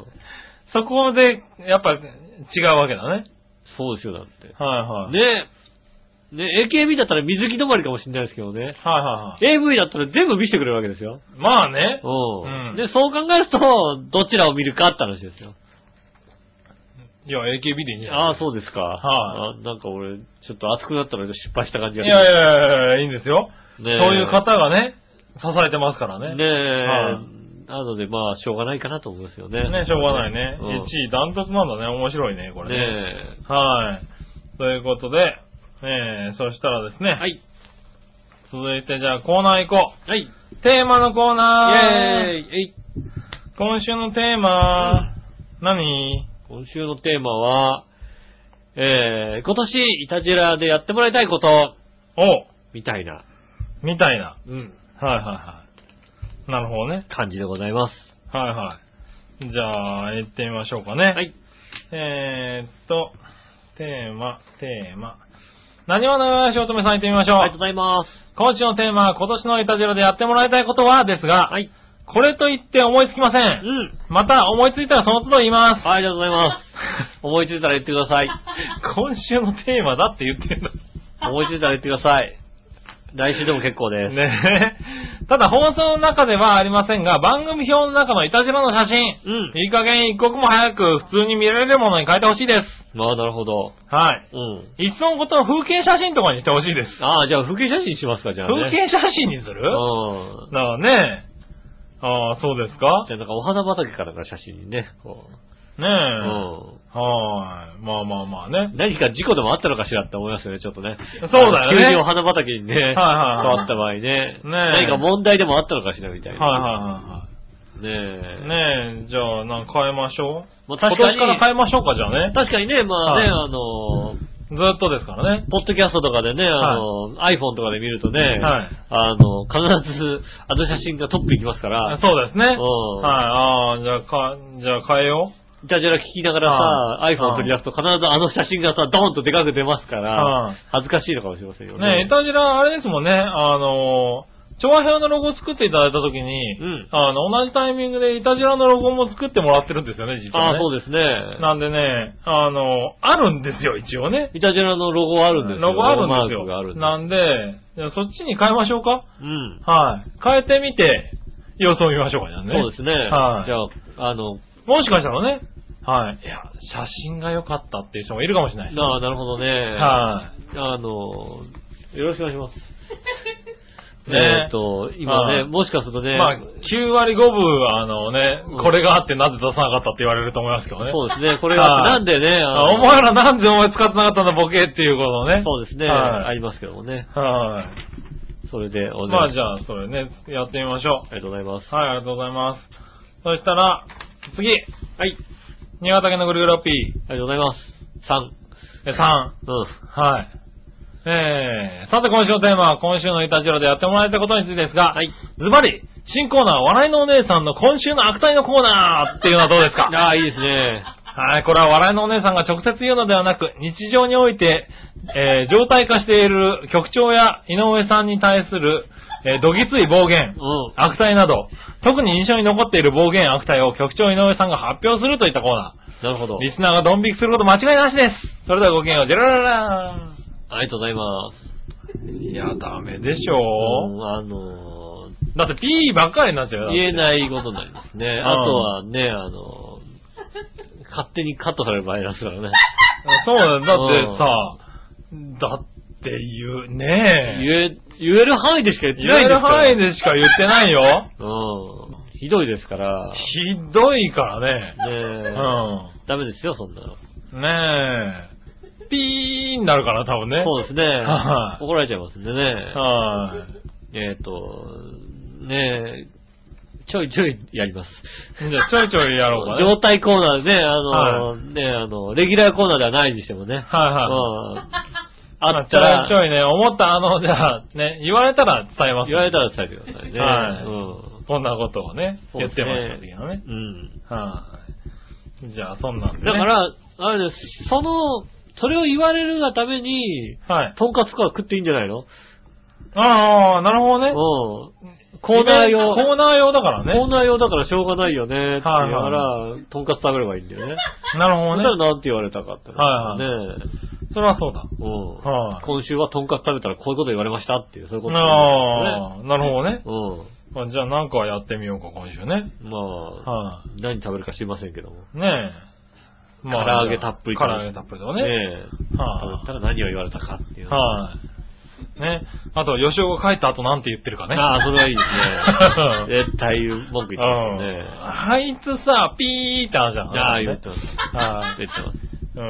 そこで、やっぱ違うわけだね。 そうですよ、だって。 はいはい。 ねね、エーケービー だったら水着止まりかもしれないですけどね。はいはいはい。 エーブイ だったら全部見せてくれるわけですよ。 まあね。 うん。で、そう考えると、どちらを見るかって話ですよ。 いや、エーケービー でいいんじゃない？ ああ、そうですか。はい、あ。なんか俺、ちょっと熱くなったので失敗した感じが。 いやいやいやいや、いいんですよ。ね、そういう方がね、支えてますからね。 ねえ。はい、なので、まあ、しょうがないかなと思いますよね。 ね、しょうがないね。うん、いちいダントツなんだね。面白いね、これね。ねはい。ということで、えー、そしたらですね。はい。続いてじゃあコーナー行こう。はい。テーマのコーナー。イェーイ。今週のテーマ、うん、何？ 今週のテーマは、えー、今年イタジラでやってもらいたいこと。 おみたいな。 みたいな。 うん。 はいはいはい。なるほどね。 感じでございます。 はいはい。じゃあ、行ってみましょうかね。はい。えーっと、テーマ、テーマ。何話のよしおとめさん行ってみましょう。 ありがとうございます。 今週のテーマは今年のイタジラでやってもらいたいことはですが、はい。これと言って思いつきません。うん。また思いついたらその都度言います。 はい、ありがとうございます。思いついたら言ってください。 今週のテーマだって言ってんの。 思いついたら言ってください。来週でも結構です。 ねえ。ただ放送の中ではありませんが、番組表の中のイタジラの写真、うん。いい加減一刻も早く普通に見られるものに変えてほしいです。 まあ、なるほど。 はい。うん。いっそのことの風景写真とかにしてほしいです。 ああ、じゃあ風景写真しますか、じゃあ、ね。 風景写真にするうん。だからね。ああ、そうですか。 じゃあなんかお花畑からの写真にね、こう。 ねえ。うん。はい。まあまあまあね。 何か事故でもあったのかしらって思いますよね、ちょっとね。 そうだよね。 急にお花畑にね、はいはいはい、変わった場合ね。ねえ。何か問題でもあったのかしらみたいな。 はいはいはいはい。ねえ。ねえ、じゃあ、なんか変えましょう。 まあ確かに。 今年から変えましょうか、じゃあね。 確かにね、まあね、はい、あのー、 ずっとですからね。 ポッドキャストとかでね、あの、はい、iPhone とかで見るとね、はい、あの、必ず、あの写真がトップいきますから。 そうですね。うん。はい、ああ、じゃあ、か、じゃあ変えよう。 イタジラ聞きながらさ、iPhone 取り出すと必ずあの写真がさ、ドーンとでかく出ますから、恥ずかしいのかもしれませんよね。 ねえ、イタジラ、あれですもんね、あの、調和表のロゴを作っていただいたときに、うん、あの、同じタイミングでイタジラのロゴも作ってもらってるんですよね、実はね。 ああ、そうですね。 なんでね、あの、あるんですよ、一応ね。 イタジラのロゴあるんですよ。 ロゴあるんですよ。マークがあるんです。なんで、そっちに変えましょうか。 うん。 はい。変えてみて、様子を見ましょうか、じゃあね。 そうですね。はい。じゃあ、あの、 もしかしたらね、はい。いや、写真が良かったっていう人もいるかもしれないです。 ああ、なるほどね。はい。あの、よろしくお願いします。ねえっと、今ね、もしかするとね。 まあ、きゅうわりごぶ、あのね、うん、これがあってなぜ出さなかったって言われると思いますけどね。 そうですね。これがあってなんでね。 お前らなんでお前使ってなかったんだボケっていうことをね。 そうですね。はい、ありますけどもね。 はい。 それで、 お願いします。まあじゃあ、それね、やってみましょう。 ありがとうございます。 はい、ありがとうございます。そしたら、次。 はい。 新潟県のぐるぐるおっぴー。 ありがとうございます。さん。 え、さん。 うん。 はい。えー、さて今週のテーマは今週のイタジラでやってもらいたいことについてですが、はい。ズバリ、新コーナー、笑いのお姉さんの今週の悪態のコーナーっていうのはどうですか？ ああ、いいですね。 はい、これは笑いのお姉さんが直接言うのではなく、日常において、えー、常態化している局長や井上さんに対する、えー、どぎつい暴言、うん、悪態など、特に印象に残っている暴言悪態を局長井上さんが発表するといったコーナー。なるほど。 リスナーがドン引きすること間違いなしです。それではごきげんよう、ジェラララー。 ありがとうございます。 いや、ダメでしょ、 うん、あのー、 だってピーばっかりになっちゃうよ。 言えないことになりますね。あとはね、あのー、勝手にカットされる場合ですからね。 そうだよ。だってさ、だって言う、ねえ。 言え、言える範囲でしか言ってないんですから。 言える範囲でしか言ってないよ。 うん。ひどいですから。 ひどいからね。 ねえ。うん。ダメですよ、そんなの。 ねえ。ピーになるから、多分ね。 そうですね。はい。怒られちゃいますんでね。 はい。 えっと、ねえ、ちょいちょいやります。 じゃあちょいちょいやろうかね。 状態コーナーでね、あの、はい、ね、あの、レギュラーコーナーではないにしてもね。はいはい。うん、 あったら。 ちょいちょいね、思った、あの、じゃあ、ね、言われたら伝えます、ね。 言われたら伝えてくださいね。 はい。うん。こんなことをね、言ってましたけどね。 うん。 はい。じゃあ、そんなんで、ね。 だから、あれです。その、それを言われるがために、はい。とんかつから食っていいんじゃないの？ ああ、なるほどね。 うん。コーナー用。 コーナー用だからね。 コーナー用だからしょうがないよね。って言うから、とんかつ食べればいいんだよね。 なるほどね。 そしたらなんて言われたかって。 はいはい。ねえ。それはそうだ。 うん。はい。今週はとんかつ食べたらこういうこと言われましたっていう、そういうこと、 ね。ああ、なるほどね。 うん。 じゃあなんかやってみようか、今週ね。 まあ、はい。何食べるか知りませんけども。 ねえ。まあ、唐揚げたっぷりとか。唐揚げたっぷりとかね。ねえ。はい。食べたら何を言われたかっていう。 はい。ね。あと、吉尾が帰った後なんて言ってるかね。 ああ、それはいいですね。絶対文句言ってますね。 あいつさ、ピーってあるじゃん。 ああ、言ってます。ああ、言ってます。 うん。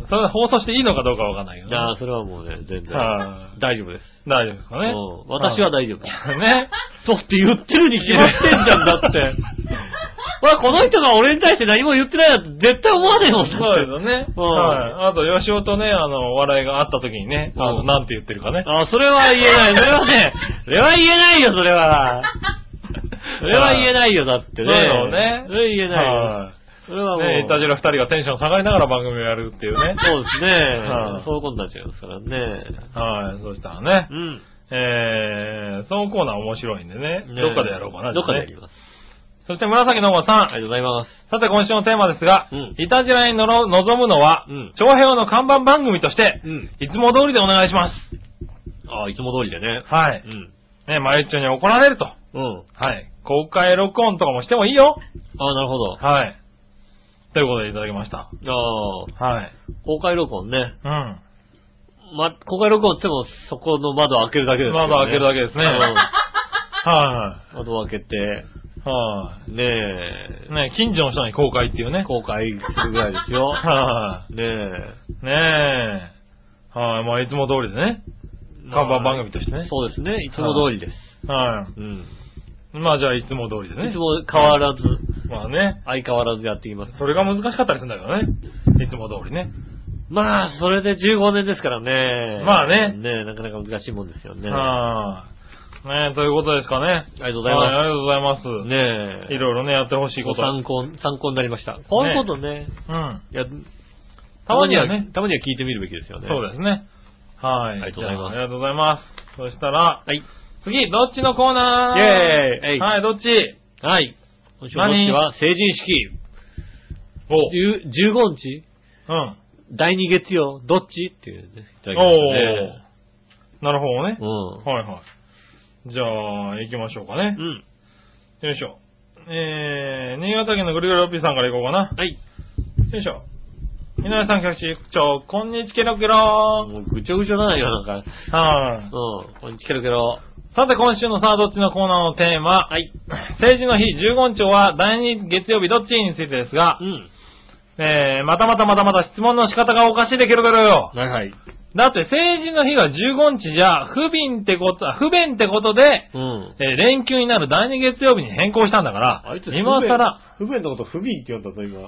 それ放送していいのかどうかわかんないけどね。 ああ、それはもうね、全然。大丈夫です。 大丈夫ですかね。 うん。私は大丈夫。 ね。 そうって言ってるに決まってんじゃんだって。まあ、この人が俺に対して何も言ってないやつ絶対思わねえもん。 そうですよね。はい。あと、吉尾とね、あの、笑いがあった時にね、あの、なんて言ってるかね。 ああ、それは言えない。それはね、それは言えないよ、それは。それは言えないよ、だってね。 そうよね。 それは言えないよ。 それはもう。ね、いたじら二人がテンション下がりながら番組をやるっていうね。 そうですね。そういうことになっちゃいますからね。 はい、そしたらね。 うん。 えー、そのコーナー面白いんでね。どっかでやろうかな。 どっかでやります。 そして紫のおばさん。 ありがとうございます。 さて今週のテーマですが、うん、いたじらにのろ望むのは、うん、長平の看板番組として、うん、いつも通りでお願いします。 ああ、いつも通りでね。 はい。うん。ね、マユッチョに怒られると。 うん。 はい。公開録音とかもしてもいいよ。 ああ、なるほど。 はい。ということでいただきました。ああ。 はい。 公開録音ね。 うん。 ま、公開録音ってもそこの窓を開けるだけですね。 窓を開けるだけですね。うん、はい。 窓を開けて。 はい、 ねえ。 ねえ、近所の人に公開っていうね。 公開するぐらいですよ。 はい、 ねえ。 ねえ。はい、まあいつも通りでね。看板番組としてね。 そうですね、いつも通りです。 はい。うん。まあじゃあいつも通りでね。 いつも変わらず。 まあね。 相変わらずやっていきます。 それが難しかったりするんだけどね。いつも通りね。 まあ、それでじゅうごねんですからね。 まあね。 ねえ、なかなか難しいもんですよね。 はい。ねえ、ということですかね。 ありがとうございます。 はい、ありがとうございます。 ねえ。 いろいろね、やってほしいこと。 参考、参考になりました。こういうことね。 うん。 や、たまにはね、たまには聞いてみるべきですよね。 そうですね。はい。 ありがとうございます。 ありがとうございます。そしたら、 はい。 次、どっちのコーナー？ イェーイ。 はい、どっち？ はい。今週のどっちは成人式。おじゅうごにち？ うん。 だいに月曜、どっちっていうね、いただきましたね。 おー。なるほどね。 うん。 はいはい。じゃあ、行きましょうかね。 うん。 よいしょ。えー、新潟県のぐるぐるおっぴーさんから行こうかな。 はい。 よいしょ。井上さん、局長、こんにちケロケロー。 もうぐちょぐちょだな、よ、なんか。 はい。 うん。こんにちケロケロ。 さて、今週のさあどっちのコーナーのテーマ。 はい。 成人の日じゅうごにちはだいに月曜日どっちについてですが。 うん。 えー、またまたまたまた質問の仕方がおかしいでケロケロよ。 はいはい。 だって成人の日がじゅうごにちじゃ不憫ってこと、不便ってことで、 うん、 えー、連休になるだいに月曜日に変更したんだから、 あいつ今更、 不便のこと不憫って言うんだぞ、今。 うん。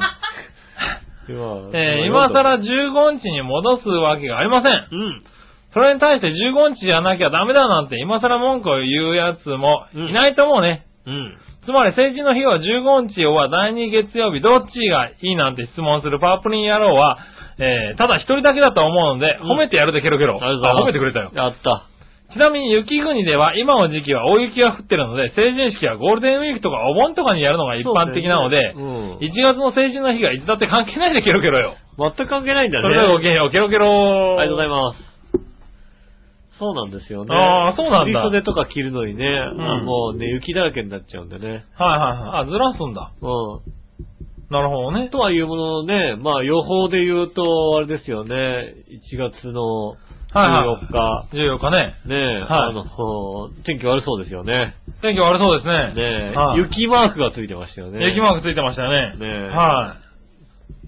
今、えー、今更じゅうごにちに戻すわけがありません。 うん。 それに対してじゅうごにちじゃなきゃダメだなんて今更文句を言うやつもいないと思うね。 うん。 つまり成人の日はじゅうごにちはだいに月曜日どっちがいいなんて質問するパープリン野郎は、えー、ただ一人だけだと思うので、褒めてやるでケロケロ。 ありがとうございます。 褒めてくれたよ。 やった。 ちなみに雪国では今の時期は大雪が降ってるので、成人式はゴールデンウィークとかお盆とかにやるのが一般的なので、 ねうん、 いちがつの成人の日がいつだって関係ないでケロケロよ。 全く関係ないんだね。 それではごきげんよう、ケロケロ。 ありがとうございます。 そうなんですよね。 ああ、そうなんだ。 振袖とか着るのにね、 うん、 もうね、雪だらけになっちゃうんでね。はいはいはい。あ、ずらすんだ。 うん。 なるほどね。 とはいうもののね、まあ予報で言うと、あれですよね、いちがつのじゅうよっか。はいはい、 じゅうよっかね。 ねえ、はい、あの、天気悪そうですよね。 天気悪そうですね。 ねえ、はい、雪マークがついてましたよね。 雪マークついてましたよね。 ねえ。 はい。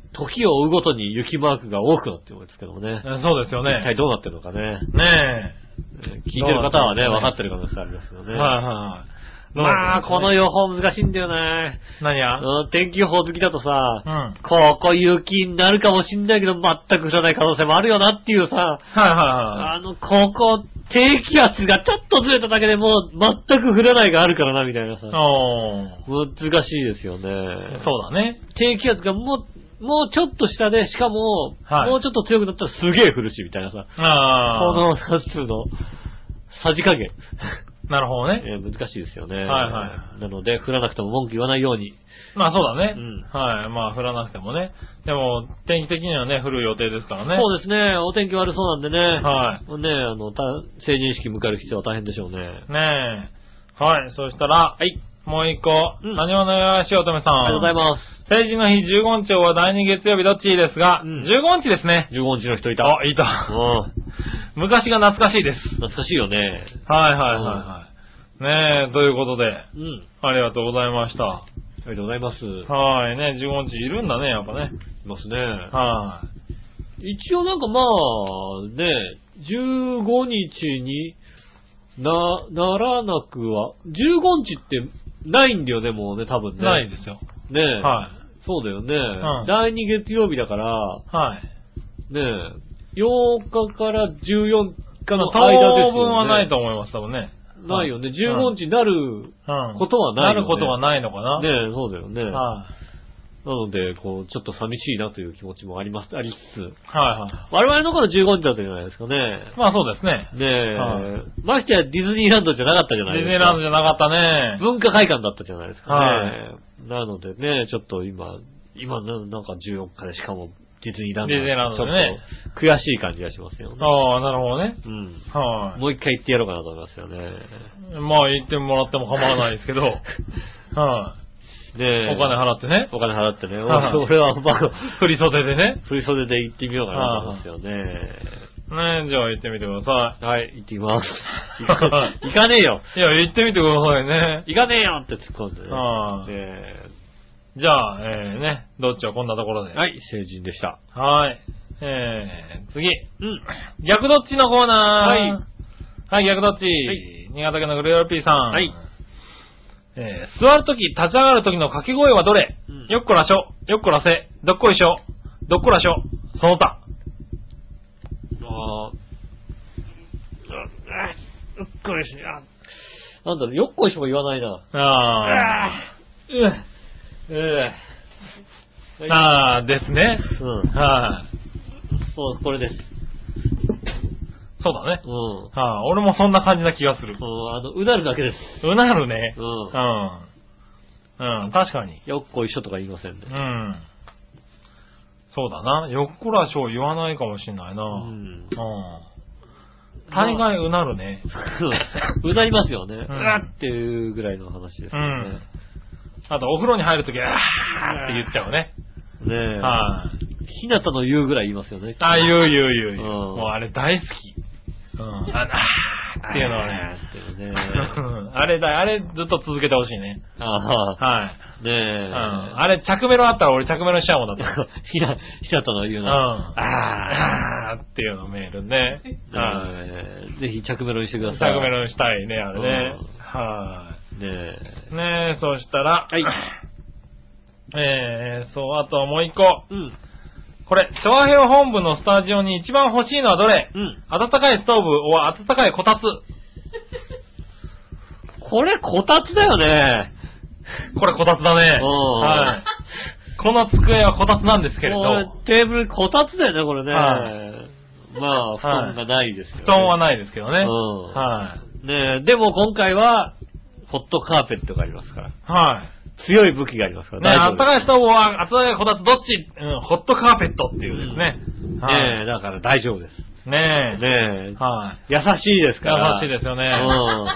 時を追うごとに雪マークが多くなってるんですけどもね。 そうですよね。 一体どうなってるのかね。 ねえ。聞いてる方はね、分かってる可能性ありますよね。 はいはい。 まあ、この予報難しいんだよね。 何や、 うん、天気予報好きだとさ、 うん、 ここ雪になるかもしんないけど、全く降らない可能性もあるよなっていうさ、はいはいはい。 あの、ここ、低気圧がちょっとずれただけでもう全く降らないがあるからな、みたいなさ。難しいですよね。 そうだね。 低気圧がもう、もうちょっと下で、しかも、はい、もうちょっと強くなったらすげえ降るし、みたいなさ。あこの、なんつうの、さじ加減。 なるほどね。 えー、難しいですよね。はいはい。 なので、降らなくても文句言わないように。 まあそうだね。うん。はい。まあ降らなくてもね。でも、天気的にはね、降る予定ですからね。 そうですね。お天気悪そうなんでね。 はい。 ねあの、成人式迎える必要は大変でしょうね。ねえ。はい。そしたら、はい。もう一個。うん。何話のよしおとめさん。 ありがとうございます。 成人の日じゅうごにちはだいに月曜日どっちですが、うん、じゅうごにちですね。 じゅうごにちの人いた。 あ、いた。うん。昔が懐かしいです。 懐かしいよね。 はいはいはいはい。ねえ、ということで、 うん。 ありがとうございました。 ありがとうございます。 はいね、じゅうごにちいるんだね、やっぱね。 いますね。 はい。 一応なんかまあ、ね、じゅうごにちにな、ならなくは、じゅうごにちってないんだよね、もうね、多分ね。 ないですよ。 ねえ。 はい。 そうだよね。 うん、 だいに月曜日だから、 はい。 ねえ、ようかからじゅうよっかの間ですよね。 当分はないと思います、多分ね。 ないよね。じゅうごにちになることはないよね。 なることはないのかな。 ねえ、そうだよね。 はい。 なので、こう、ちょっと寂しいなという気持ちもあります、ありつつ。 はいはい。 我々の頃じゅうごにちだったじゃないですかね。 まあそうですね。 ねえ、はい、ましてやディズニーランドじゃなかったじゃないですか。 ディズニーランドじゃなかったね。 文化会館だったじゃないですかね。 はい。 なのでね、ちょっと今、今なんかじゅうよっかでしかも、ディズニーランド。 ディズニーランドでね。 悔しい感じがしますよね。 ああ、なるほどね。 うん。 はい。 もう一回行ってやろうかなと思いますよね。 まあ行ってもらっても構わないですけど。はい。ねえ。お金払ってね。 お金払ってね。俺は、まあ、 振り袖でね。 振り袖で行ってみようかなと思いますよね。 ねえ、じゃあ行ってみてください。はい、行ってきます。行かねえよ。 いや、行ってみてくださいね。 行かねえよって突っ込んでね。 はい。ねじゃあ、えー、ね、どっちはこんなところで。 はい、成人でした。 はい。えー、次。 うん。 逆どっちのコーナー。 はい。 はい、逆どっち。はい。新潟県のグレヨルピーさん。はい。えー、座るとき、立ち上がるときの掛け声はどれ、うん、よっこらしょ、よっこらせ、どっこいしょ、どっこらしょ、その他。 あー。よっこいしょ。なんだろう、よっこいしょも言わないな。 あー。あー。うええー。あーですね。 うん。 はい、 そう、これです。 そうだね。 うん。 はあ、俺もそんな感じな気がする。 うん、あの、うなるだけです。 うなるね。 うん。 うん。うん、確かに。 よっこいしょとか言いませんね。 うん。そうだな。よっこらしょ言わないかもしんないな。うん。うん。大概うなるね。 うなりますよね。うわ、うん、っていうぐらいの話ですよね。うんあと、お風呂に入るとき、あーって言っちゃうね。 ねえ。 はい、 ひなたの言うぐらい言いますよね。 あ、言う言う言う言う。うん、もうあれ大好き。うん。あ、あーっていうのはね。 ってねあれだ、あれずっと続けてほしいね。 ああ。 はい。 ねえ。 うん。あれ、着メロあったら俺着メロしちゃうもんだと。 ひな、ひなたの言うの。 うん。あーっていうのメールね。 はい。ぜひ着メロにしてください。 着メロにしたいね、あれね。はい。 ねえ。 ねえ、そしたら、 はい。 えー、そう、あともう一個。 うん。 これ、調和表本部のスタジオに一番欲しいのはどれ？ うん。 温かいストーブは温かいこたつ。 これこたつだよね。 これこたつだね。はい。この机はこたつなんですけれど。これテーブルこたつだよね、これね。はい。まあ、布団がないですよね。 布団はないですけどね。 うん。はい。ねえ、でも今回は、ホットカーペットがありますから。 はい。 強い武器がありますからね。あったかいストーブは、あったかいこたつどっちうん、ホットカーペットっていうですね。 うん、はい、ねえ、だから大丈夫です。 ねえ。 ねえ。 はい。 優しいですから。 優しいですよね。 うん。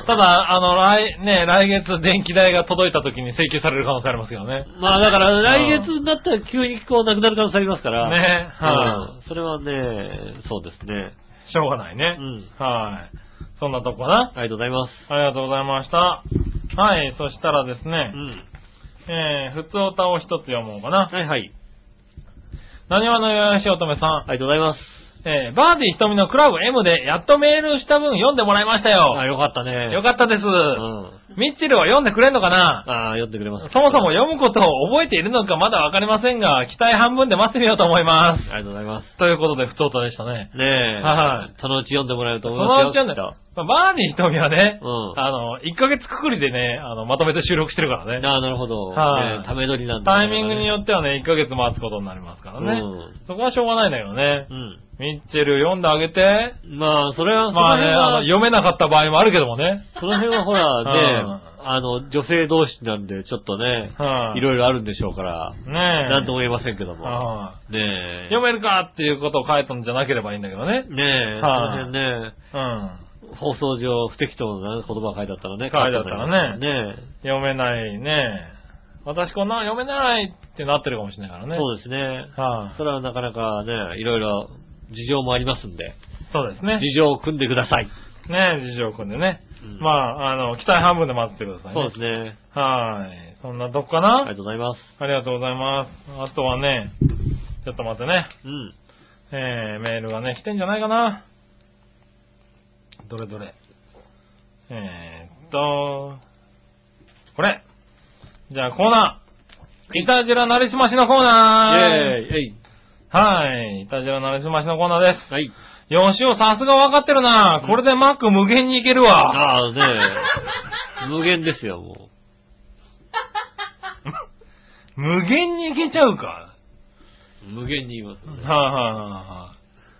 ただ、あの、来、ね、来月電気代が届いた時に請求される可能性ありますけどね。 まあだから、来月になったら急にこうなくなる可能性ありますから。 ねえ。 はい。それはね、そうですね。 しょうがないね。 うん。 はい。そんなとこかな。 ありがとうございます。 ありがとうございました。はい、そしたらですね。 うん。 えー、普通歌を一つ読もうかな。 はいはい。 なにわのよやしおとめさん。 ありがとうございます。 えー、バーディー瞳のクラブ M でやっとメールした分読んでもらいましたよ。 あ、よかったね。 よかったです。うん。ミッチェルは読んでくれんのかな？ ああ、読んでくれます。 そもそも読むことを覚えているのかまだわかりませんが、期待半分で待ってみようと思います。 ありがとうございます。 ということで、不当たでしたね。 ねえ。 はい。 そのうち読んでもらえると思いますよ。 そのうち読んで。バーディー瞳はね、 うん。 あの、いっかげつくくりでね、あの、まとめて収録してるからね。 ああ、なるほど。 はい、 ね。ため撮りなんだ、ね。 タイミングによってはね、いっかげつ待つことになりますからね。うん。そこはしょうがないんだけどね。うん。ミッチェル読んであげて。 まあ、それは、 まあね、あの、読めなかった場合もあるけどもね。 その辺はほら、ね、あの、女性同士なんで、ちょっとね、はい、いろいろあるんでしょうから、ねえ。なんとも言えませんけども。はねえ。 読めるかっていうことを書いたんじゃなければいいんだけどね。 ねえ。はその辺ね、うん。放送上不適当な言葉が書いてあったらね、 書いてあったらね。 ねえ。読めないね。私こんな読めないってなってるかもしれないからね。 そうですね。 はあ、それはなかなかね、いろいろ事情もありますんで。 そうですね。 事情を組んでください。 ねえ、事情を組んでね。うん、まあ、あの、期待半分で待ってくださいね。 そうですね。 はい。そんなとこかな？ ありがとうございます。 ありがとうございます。あとはね、ちょっと待ってね。 うん。 えー、メールがね、来てんじゃないかな。どれどれ。えーっと、これ。じゃあコーナー。いたじらなりすましのコーナー。 イェーイ。えい。 はい。いたじらなりすましのコーナーです。 はい。 よしお、さすが分かってるな。これでマック無限にいけるわ。 ああねえ。無限ですよ、もう。無限にいけちゃうか。 無限に言いますね。 はいはいはいはい。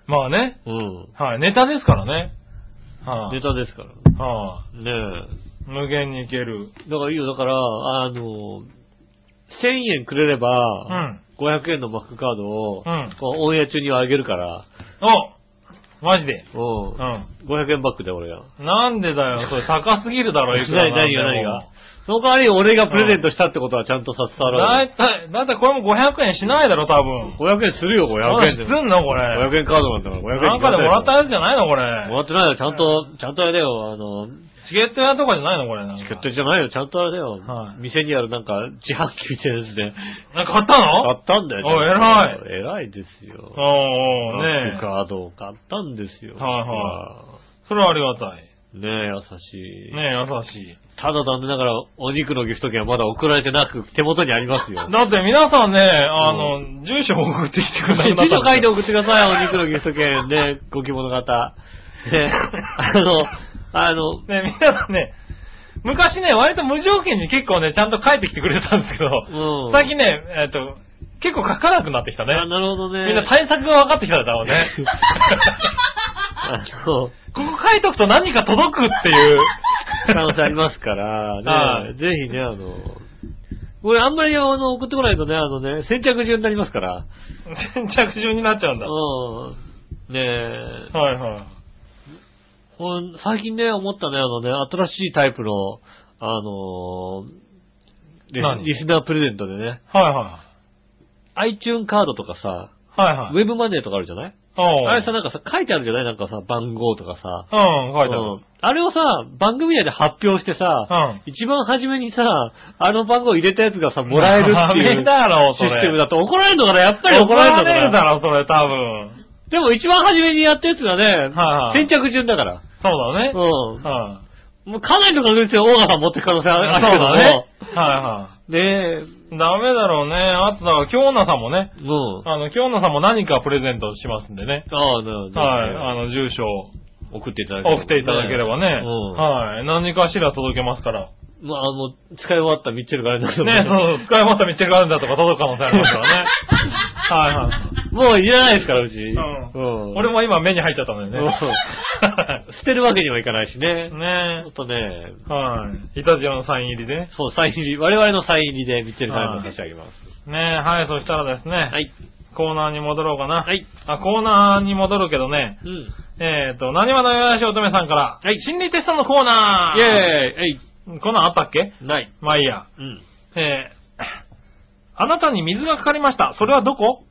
まあね。 うん。 はい。ネタですからね。 はい。ネタですから。 はい。 ねえ。 無限にいける。 だからいいよ、だから、あの、せんえんくれれば、うん。ごひゃくえんのマックカードを、うん。こうオンエア中にはあげるから。 おマジで。 うん。うん。ごひゃくえんバックで俺が。 なんでだよ。それ高すぎるだろ、いくら何、何が何が。その代わり俺がプレゼントしたってことはちゃんとさ、伝わる。 だいたい、だいたいこれもごひゃくえんしないだろ、多分。 ごひゃくえんするよ、ごひゃくえんで。 すんのこれ。 ごひゃくえんカードなんだから、ごひゃくえん。 なんかでもらったやつじゃないのこれ。 もらってないよ、ちゃんと、ちゃんとあれだよ、あの、 チケット屋とかじゃないのこれ。 チケットじゃないよ、ちゃんとあれだよ。はい。店にあるなんか、自販機みたいなやつで。 なんか買ったの買ったんだよ。 お、偉い。 偉いですよ。 おー、ねえ。カードを買ったんですよ。 はいはい。それはありがたい。 ねえ、優しい。 ねえ、優しい。 ただ残念ながら、お肉のギフト券はまだ送られてなく、手元にありますよ。 だって皆さんね、あの、うん、住所を送ってきてください。 住所書いて送ってください、お肉のギフト券ね、ご希望の方。ね、あの、あの、 ね、皆さんね、昔ね、割と無条件に結構ね、ちゃんと書いてきてくれたんですけど、うん、最近ね、えっと、結構書かなくなってきたね。 あ、なるほどね。 みんな対策が分かってきたんだろうね。 あの、ここ書いとくと何か届くっていう可能性ありますからね。ぜひね、あの、これあんまりあの送ってこないとね、あのね、先着順になりますから。 先着順になっちゃうんだ。 うん。ねえ。 はいはい。 最近ね、思ったね、あのね、新しいタイプの、あのー、リスナープレゼントでね。 はいはい。 iTunes カードとかさ、 はいはい。 ウェブマネーとかあるじゃない？あれさ、なんかさ、書いてあるじゃない？なんかさ、番号とかさ。 うん、書いてある。うん、 あれをさ、番組内で発表してさ、うん、一番初めにさ、あの番号入れたやつがさ、もらえるっていうシステムだと怒られるのかな？やっぱり怒られるのかな？ 怒られるだろ、それ、多分。 でも一番初めにやったやつがね、はいはい、先着順だから。 そうだね。 うん。はい、もうかなりの確率でオーガさん持ってく可能性あるけどね。 そうだね。はいはい。 ねえ。ダメだろうね。あとだから、京奈さんもね。 うん。 あの、京奈さんも何かプレゼントしますんでね。 ああ、なるほど。 はい。あの、住所を送っていただければ、 ね。送っていただければね。うん。はい。何かしら届けますから。 まあ、もう、使い終わったミッチェルガレンダーとか。 ね、そう、使い終わったミッチェルガレンダーとか届く可能性ありますからね。はいはい。 もういらないですから、うち。うん。うん、俺も今目に入っちゃったんだよね。うん、 捨てるわけにはいかないしね。 ねえ。ほんとね。 はい。イタジアのサイン入りで。 そう、サイン入り。我々のサイン入りでミッチェルガレンダー差し上げます。 ねえ、はい、そしたらですね。 はい。 コーナーに戻ろうかな。 はい。 あ、コーナーに戻るけどね。 うん。 えっと、何話のよやしおとめさんから。 はい。 心理テストのコーナー。 イェーイ。えい。 こんなんあったっけ？ ない。 まあいいや。 うん。 えー、あなたに水がかかりました。それはどこ？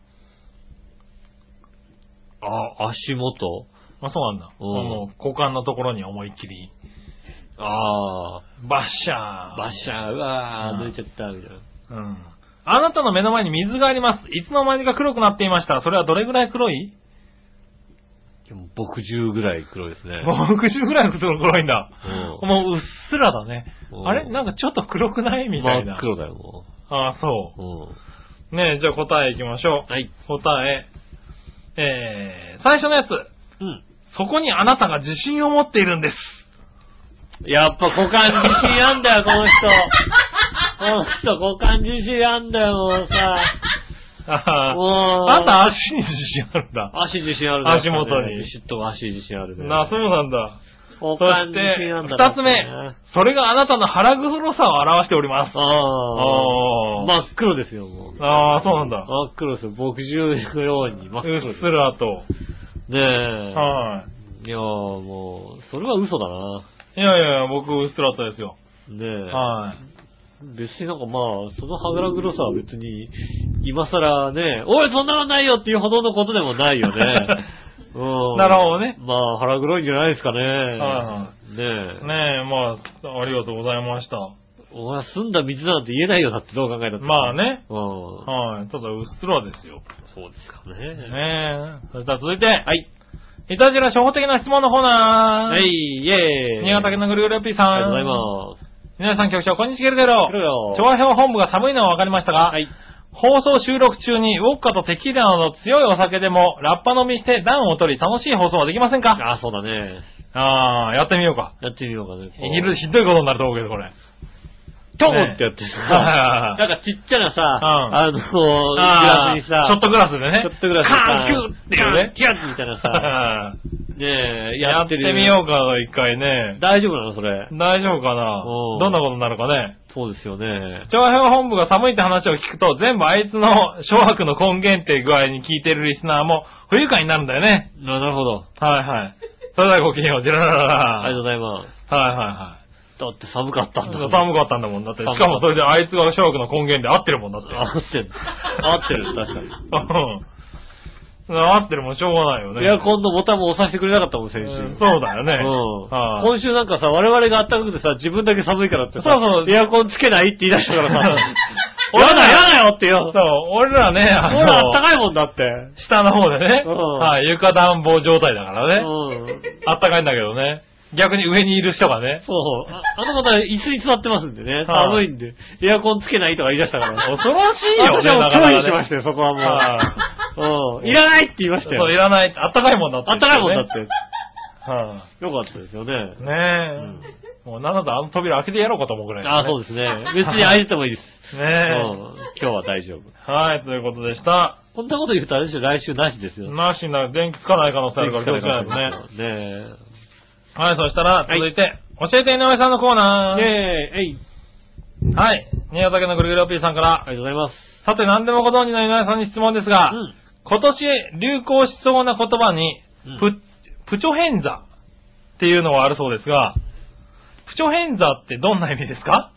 あ、足元？ あ、そうなんだ。 うん。 もう、股間のところに思いっきり。 ああ。 バッシャー。 バッシャー、うわー、抜いちゃった、みたいな。 うん。あなたの目の前に水があります。いつの間にか黒くなっていました。それはどれぐらい黒い？ 墨汁ぐらい黒いですね。 墨汁ぐらい黒いんだ。 うん。 もううっすらだね。 うん、 あれなんかちょっと黒くないみたいな。 真っ黒だよ、もう。ああ、そう。 うん。 ねえ、じゃあ答えいきましょう。 はい。 答え。えー、最初のやつ。 うん。 そこにあなたが自信を持っているんです。 やっぱ股間自信あんだよ、この人。この人、股間自信あんだよ、もうさ。 あもう。 あんた足に自信あるんだ。 足自信あるね。足元に。 ビシッと足自信あるね。 な、そうなんだ。 股間自信あるんだ、 ね。二つ目。それがあなたの腹黒さを表しております。 ああ。真っ黒ですよ、もう。 ああ、そうなんだ。 真っ黒ですよ。墨汁のように真っ黒です。 うっすらと。 ねえ。 はい。 いやーもう、それは嘘だな。 いやいやいや、僕うっすらとですよ。 ねえ。 はい。 別になんかまあ、その腹黒さは別に、今更ね、おいそんなのないよっていうほどのことでもないよね。うん。 なるほどね。 まあ、腹黒いんじゃないですかね。 はい。 ねえ。 ねえ、まあ、ありがとうございました。 お前澄んだ水なんて言えないよだってどう考えたって。 まあね。 うん。 はい。ただうっすらですよ。 そうですかね。 ねえ。そしたら続いて。 はい。 いたじら初歩的な質問のコーナー。 はい、イェーイ。 新潟県のぐるぐるピーさん。 ありがとうございます。 皆さん局長、こんにちは、ゲルゲロ。 ゲルゲロ。 調和表本部が寒いのは分かりましたが、はい。放送収録中にウォッカとテキーラなど強いお酒でもラッパ飲みして暖を取り楽しい放送はできませんか？ ああ、そうだね。 ああ、やってみようか。 やってみようかね。 ひどい、ひどいことになると思うけど、これ。 トモってやってさ、なんかちっちゃなさ、あの、グラスにさ、 ショットグラスでね。 ショットグラスでカーンキューっていうね。 キュッみたいなさ、ねえ、 やってみようか、一回ね。 大丈夫なのそれ。 大丈夫かなどんなことになるかね。 そうですよね。 調和表本部が寒いって話を聞くと、全部あいつの諸悪の根源って具合に聞いてるリスナーも不愉快になるんだよね。 なるほど。 はいはい。それではごきげんよう、ジェララララ。 ありがとうございます。 はいはいはい。 だって寒かったんだもん。 寒かったんだもんだって。しかもそれであいつが諸悪の根源で合ってるもんだって。 合ってる。合ってる、確かに。 うん。合ってるもんしょうがないよね。 エアコンのボタンも押させてくれなかったもん、先週。うん、 そうだよね。 うん。今週なんかさ、我々が暖かくてさ、自分だけ寒いからってさ、 そうそう。 エアコンつけないって言い出したからさ、やだやだよってよ。 そう、俺らね、 あの、俺ら暖かいもんだって。 下の方でね。 うん。 はい、床暖房状態だからね。 うん。 暖かいんだけどね。逆に上にいる人がね。 そう。あ, あの方は椅子に座ってますんでね。寒いんで。エアコンつけないとか言い出したから。 恐ろしいよね。 私はもう拒否しましたよ、そこはもう。うん。いらないって言いましたよ。 そう、いらない。あったかいもんだって。 あったかいもんだって。 はい。よかったですよね。 ねえ。もうなんだとあの扉開けてやろうかと思うくらい。 ああ、そうですね。別に開いてもいいです。 ねえ。 今日は大丈夫。 はい、ということでした。 こんなこと言うとあれですよ、来週なしですよ。 なしになる。電気つかない可能性あるから気をつけないとね。 ねえ。 はい、そしたら、続いて、はい、教えて井上さんのコーナー。 イェーイ、えい。 はい。新潟県のぐるぐるおっぴーさんから。 ありがとうございます。 さて、何でもご存知の井上さんに質問ですが、うん、今年流行しそうな言葉に、うん、プ、プチョヘンザっていうのがあるそうですが、プチョヘンザってどんな意味ですか？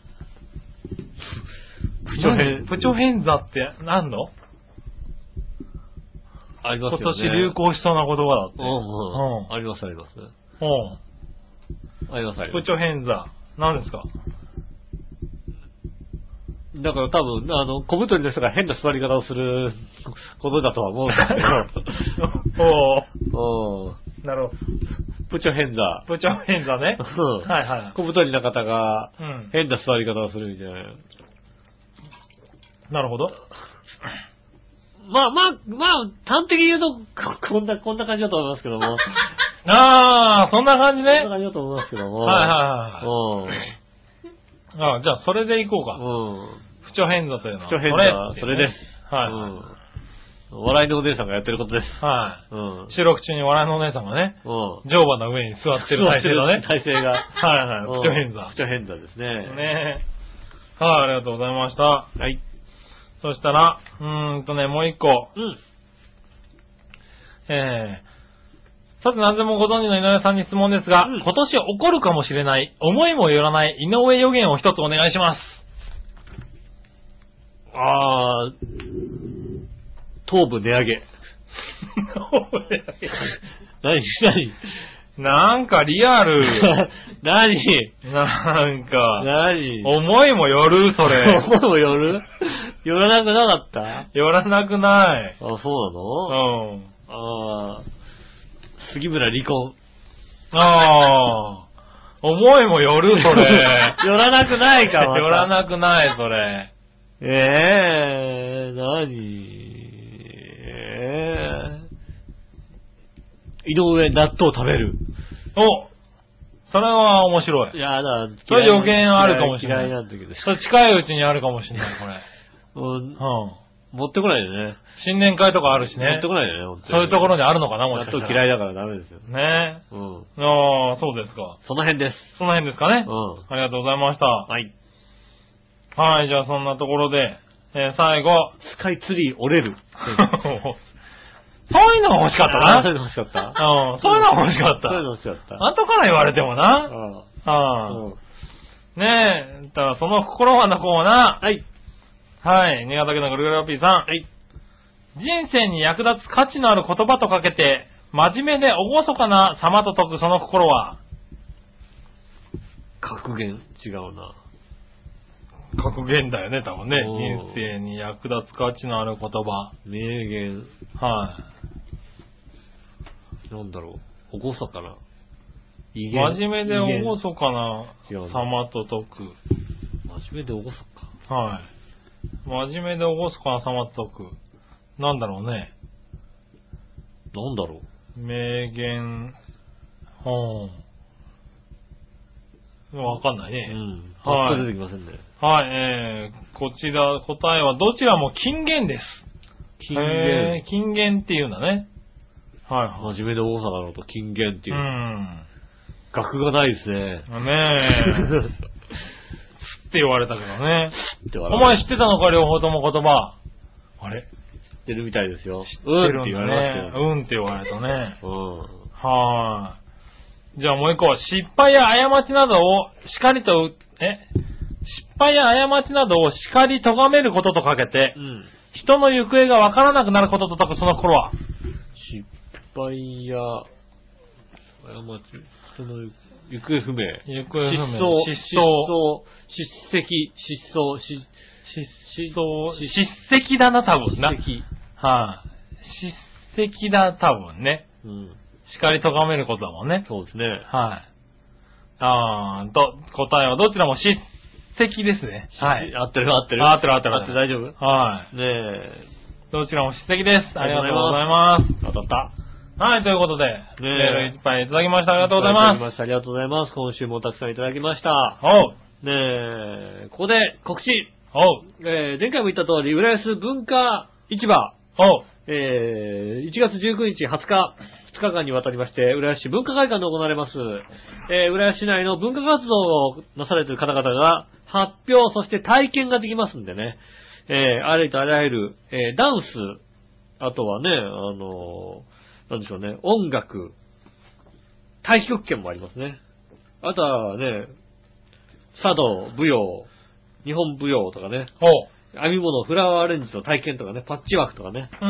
プチョヘン、プチョヘンザって何の？ ありますよね。 今年流行しそうな言葉だって。 うんうん。うん、ありますあります。 うん。 ありますあります。 プチョヘンザ。何ですか？ だから多分、あの、小太りの人が変な座り方をすることだとは思うんですけど。 おー。なるほど。 プチョヘンザ。 プチョヘンザね。 うん。 はいはい。 小太りな方が、変な座り方をするみたいな。うん、 なるほど。 まあまあ、まあ、端的に言うと、こんな、こんな感じだと思いますけども。 ああ、そんな感じね。 そんな感じだと思いますけども。 はいはいはい。うん。ああ、じゃあそれでいこうか。うん。不調変座というのは。 不調変座、それです。 はい、 うん。笑いのお姉さんがやってることです。 はい。うん。収録中に笑いのお姉さんがね、うん。乗馬の上に座ってる体勢のね。 体勢が。 はいはい。不調変座。 不調変座ですね。 ねえ。はい、ありがとうございました。 はい。 そしたら、うーんとね、もう一個。 うん。 えー、さて何でもご存知の井上さんに質問ですが、うん、今年起こるかもしれない、思いもよらない井上予言を一つお願いします。 あー、頭部値上げ。何何なんかリアル。 何なんか。 何思いもよる、それ。 思いもよるよらなくなかった？ よらなくない。 あ、そうなの？うん。ああ。杉村離婚。 ああ。思いもよる、それ。 よらなくないかも。 よらなくない、それ。 ええー、何えー、井上納豆食べる。 お、それは面白い。 いやだ、 それ予言あるかもしれない。 嫌いなんだけど。 それ近いうちにあるかもしれない、これ。 うん。持ってこないでね。 新年会とかあるしね。 持ってこないでね、本当に。 そういうところにあるのかな、もしかしたら。 納豆嫌いだからダメですよ。 ねえ。 うん。 ああ、そうですか。 その辺です。 その辺ですかね。 うん。 ありがとうございました。 はい。 はい、じゃあそんなところで、えー、最後。 スカイツリー折れる。 そういうのが欲しかったな。 そういうの欲しかった。 うん。そういうのが欲しかった。 そういうの欲しかった。 後から言われてもな。うん。ああ。ねえ、だからその心はのコーナー。はい。はい。新潟県のぐるぐるおっぴーさん。はい。人生に役立つ価値のある言葉とかけて、真面目で厳かな様と解くその心は。 格言。違うな。 格言だよね、多分ね。人生に役立つ価値のある言葉。 名言。 はい。 なんだろう。厳かな。 威厳。真面目で厳かな様と解く。 真面目で厳か。 はい。真面目で厳かな様と解く。なんだろうね。 なんだろう。名言。ほーん。わかんないね。 うん。パッと出てきませんね。 はい、えー、こちら、答えはどちらも金言です。 金言。えー、金言っていうんだね。はい、 はい。真面目で大阪のと金言っていう。 うん。 学がないですね。 ねえ。つって言われたけどね。お前知ってたのか、両方とも言葉。あれ知ってるみたいですよ。 知ってるんだね。 うんって言われましたよ。 うんって言われたね。 うん。 はい。じゃあもう一個。失敗や過ちなどをしかりと、え失敗や過ちなどを叱り咎めることとかけて、うん、人の行方がわからなくなることと解くその心は。 失敗や過ち、人の行方不明。 行方不明。 失踪、失踪、失責、失踪、失失踪、失責だな、多分な。 失責。 はい、失責だ、多分ね。 うん。 叱り咎めることだもんね。 そうですね。 はい。あーと、答えはどちらも失責ですね。 はい。合ってる合ってる。 合ってる合ってる。 合ってる大丈夫？ はい。 ねえ。 どちらも失責です。ありがとうございます。 当たった。 はい、ということで、ね、メールいっぱいいただきました。ありがとうございます。 ありがとうございます。今週もたくさんいただきました。 おう。 ねえ、ここで告知。 おう。 えー、前回も言った通り、浦安文化市場。 おう。 えー、いちがつじゅうくにちはつか、ふつかかんにわたりまして、浦安市文化会館で行われます。えー、浦安市内の文化活動をなされている方々が発表、そして体験ができますんでね。えー、ありとあらゆる、えー、ダンス、あとはね、あのー、なんでしょうね、音楽、太極拳もありますね。あとはね、茶道、舞踊、日本舞踊とかね。 おう。 編み物、フラワーアレンジの体験とかね、パッチワークとかね。 うん。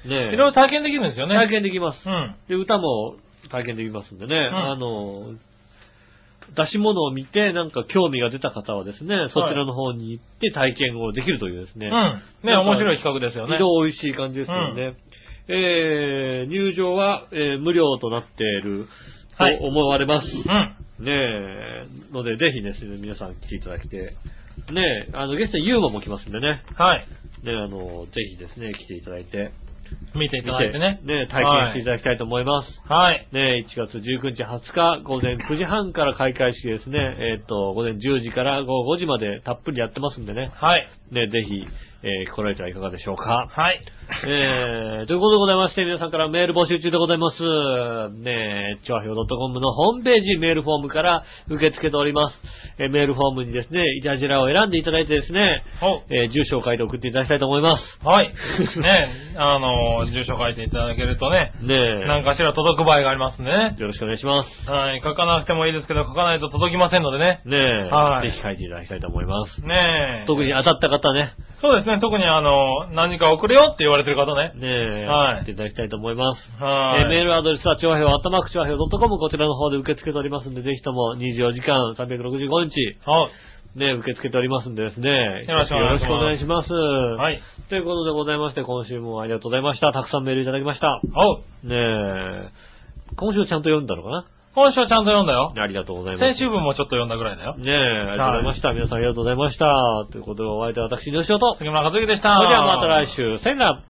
ねえ。いろいろ体験できるんですよね。 体験できます。 うん。 で、歌も体験できますんでね。うん、あの、出し物を見て、なんか興味が出た方はですね、そちらの方に行って体験をできるというですね。 うん。ね、面白い企画ですよね。 色美味しい感じですよね。うん、えー、入場は、えー、無料となっていると思われます。 はい、 うん。ねえ、ので、ぜひですね、皆さん来ていただきて、ねえ、あの、ゲストにユーマも来ますんでね。 はい。 ねえ、あの、ぜひですね、来ていただいて。 見ていただいてね。 ねえ、体験していただきたいと思います。 はい。 ねえ、いちがつじゅうくにちはつか、午前くじはんから開会式ですね。えっと、午前じゅうじから午後ごじまでたっぷりやってますんでね。 はい。 ねえ、ぜひ、えー、来られてはいかがでしょうか。 はい。 えー、ということでございまして、皆さんからメール募集中でございます。ねえ、ちょあひょう .com のホームページ、メールフォームから受け付けております。えー、メールフォームにですね、イタジラを選んでいただいてですね、えー、住所を書いて送っていただきたいと思います。 はい。ね、あのの、住所書いていただけるとね、 ねえ。 何かしら届く場合がありますね。 よろしくお願いします。 はい、書かなくてもいいですけど、書かないと届きませんのでね。 ねえ。 はい。 ぜひ書いていただきたいと思います。 ねえ。 特に当たった方ね。 そうですね、特にあの、何か送るよって言われてる方ね。 ねえ。 はい。 送っていただきたいと思います。 はい。 えー、メールアドレスは、ちょうへい、あったまくちょうへい .com こちらの方で受け付けておりますんで、ぜひともにじゅうよじかんさんびゃくろくじゅうごにち。 はい。 ね、受け付けておりますんでですね。 よろしくお願いします。 よろしくお願いします。 はい。 ということでございまして、今週もありがとうございました。たくさんメールいただきました。 はい。 ねえ。今週ちゃんと読んだのかな？ 今週はちゃんと読んだよ。 ありがとうございます。 先週分もちょっと読んだぐらいだよ。 ねえ、ありがとうございました。はい、皆さんありがとうございました。ということで、お相手は私、吉尾と。 杉村和之でした。 それではまた来週。さよなら。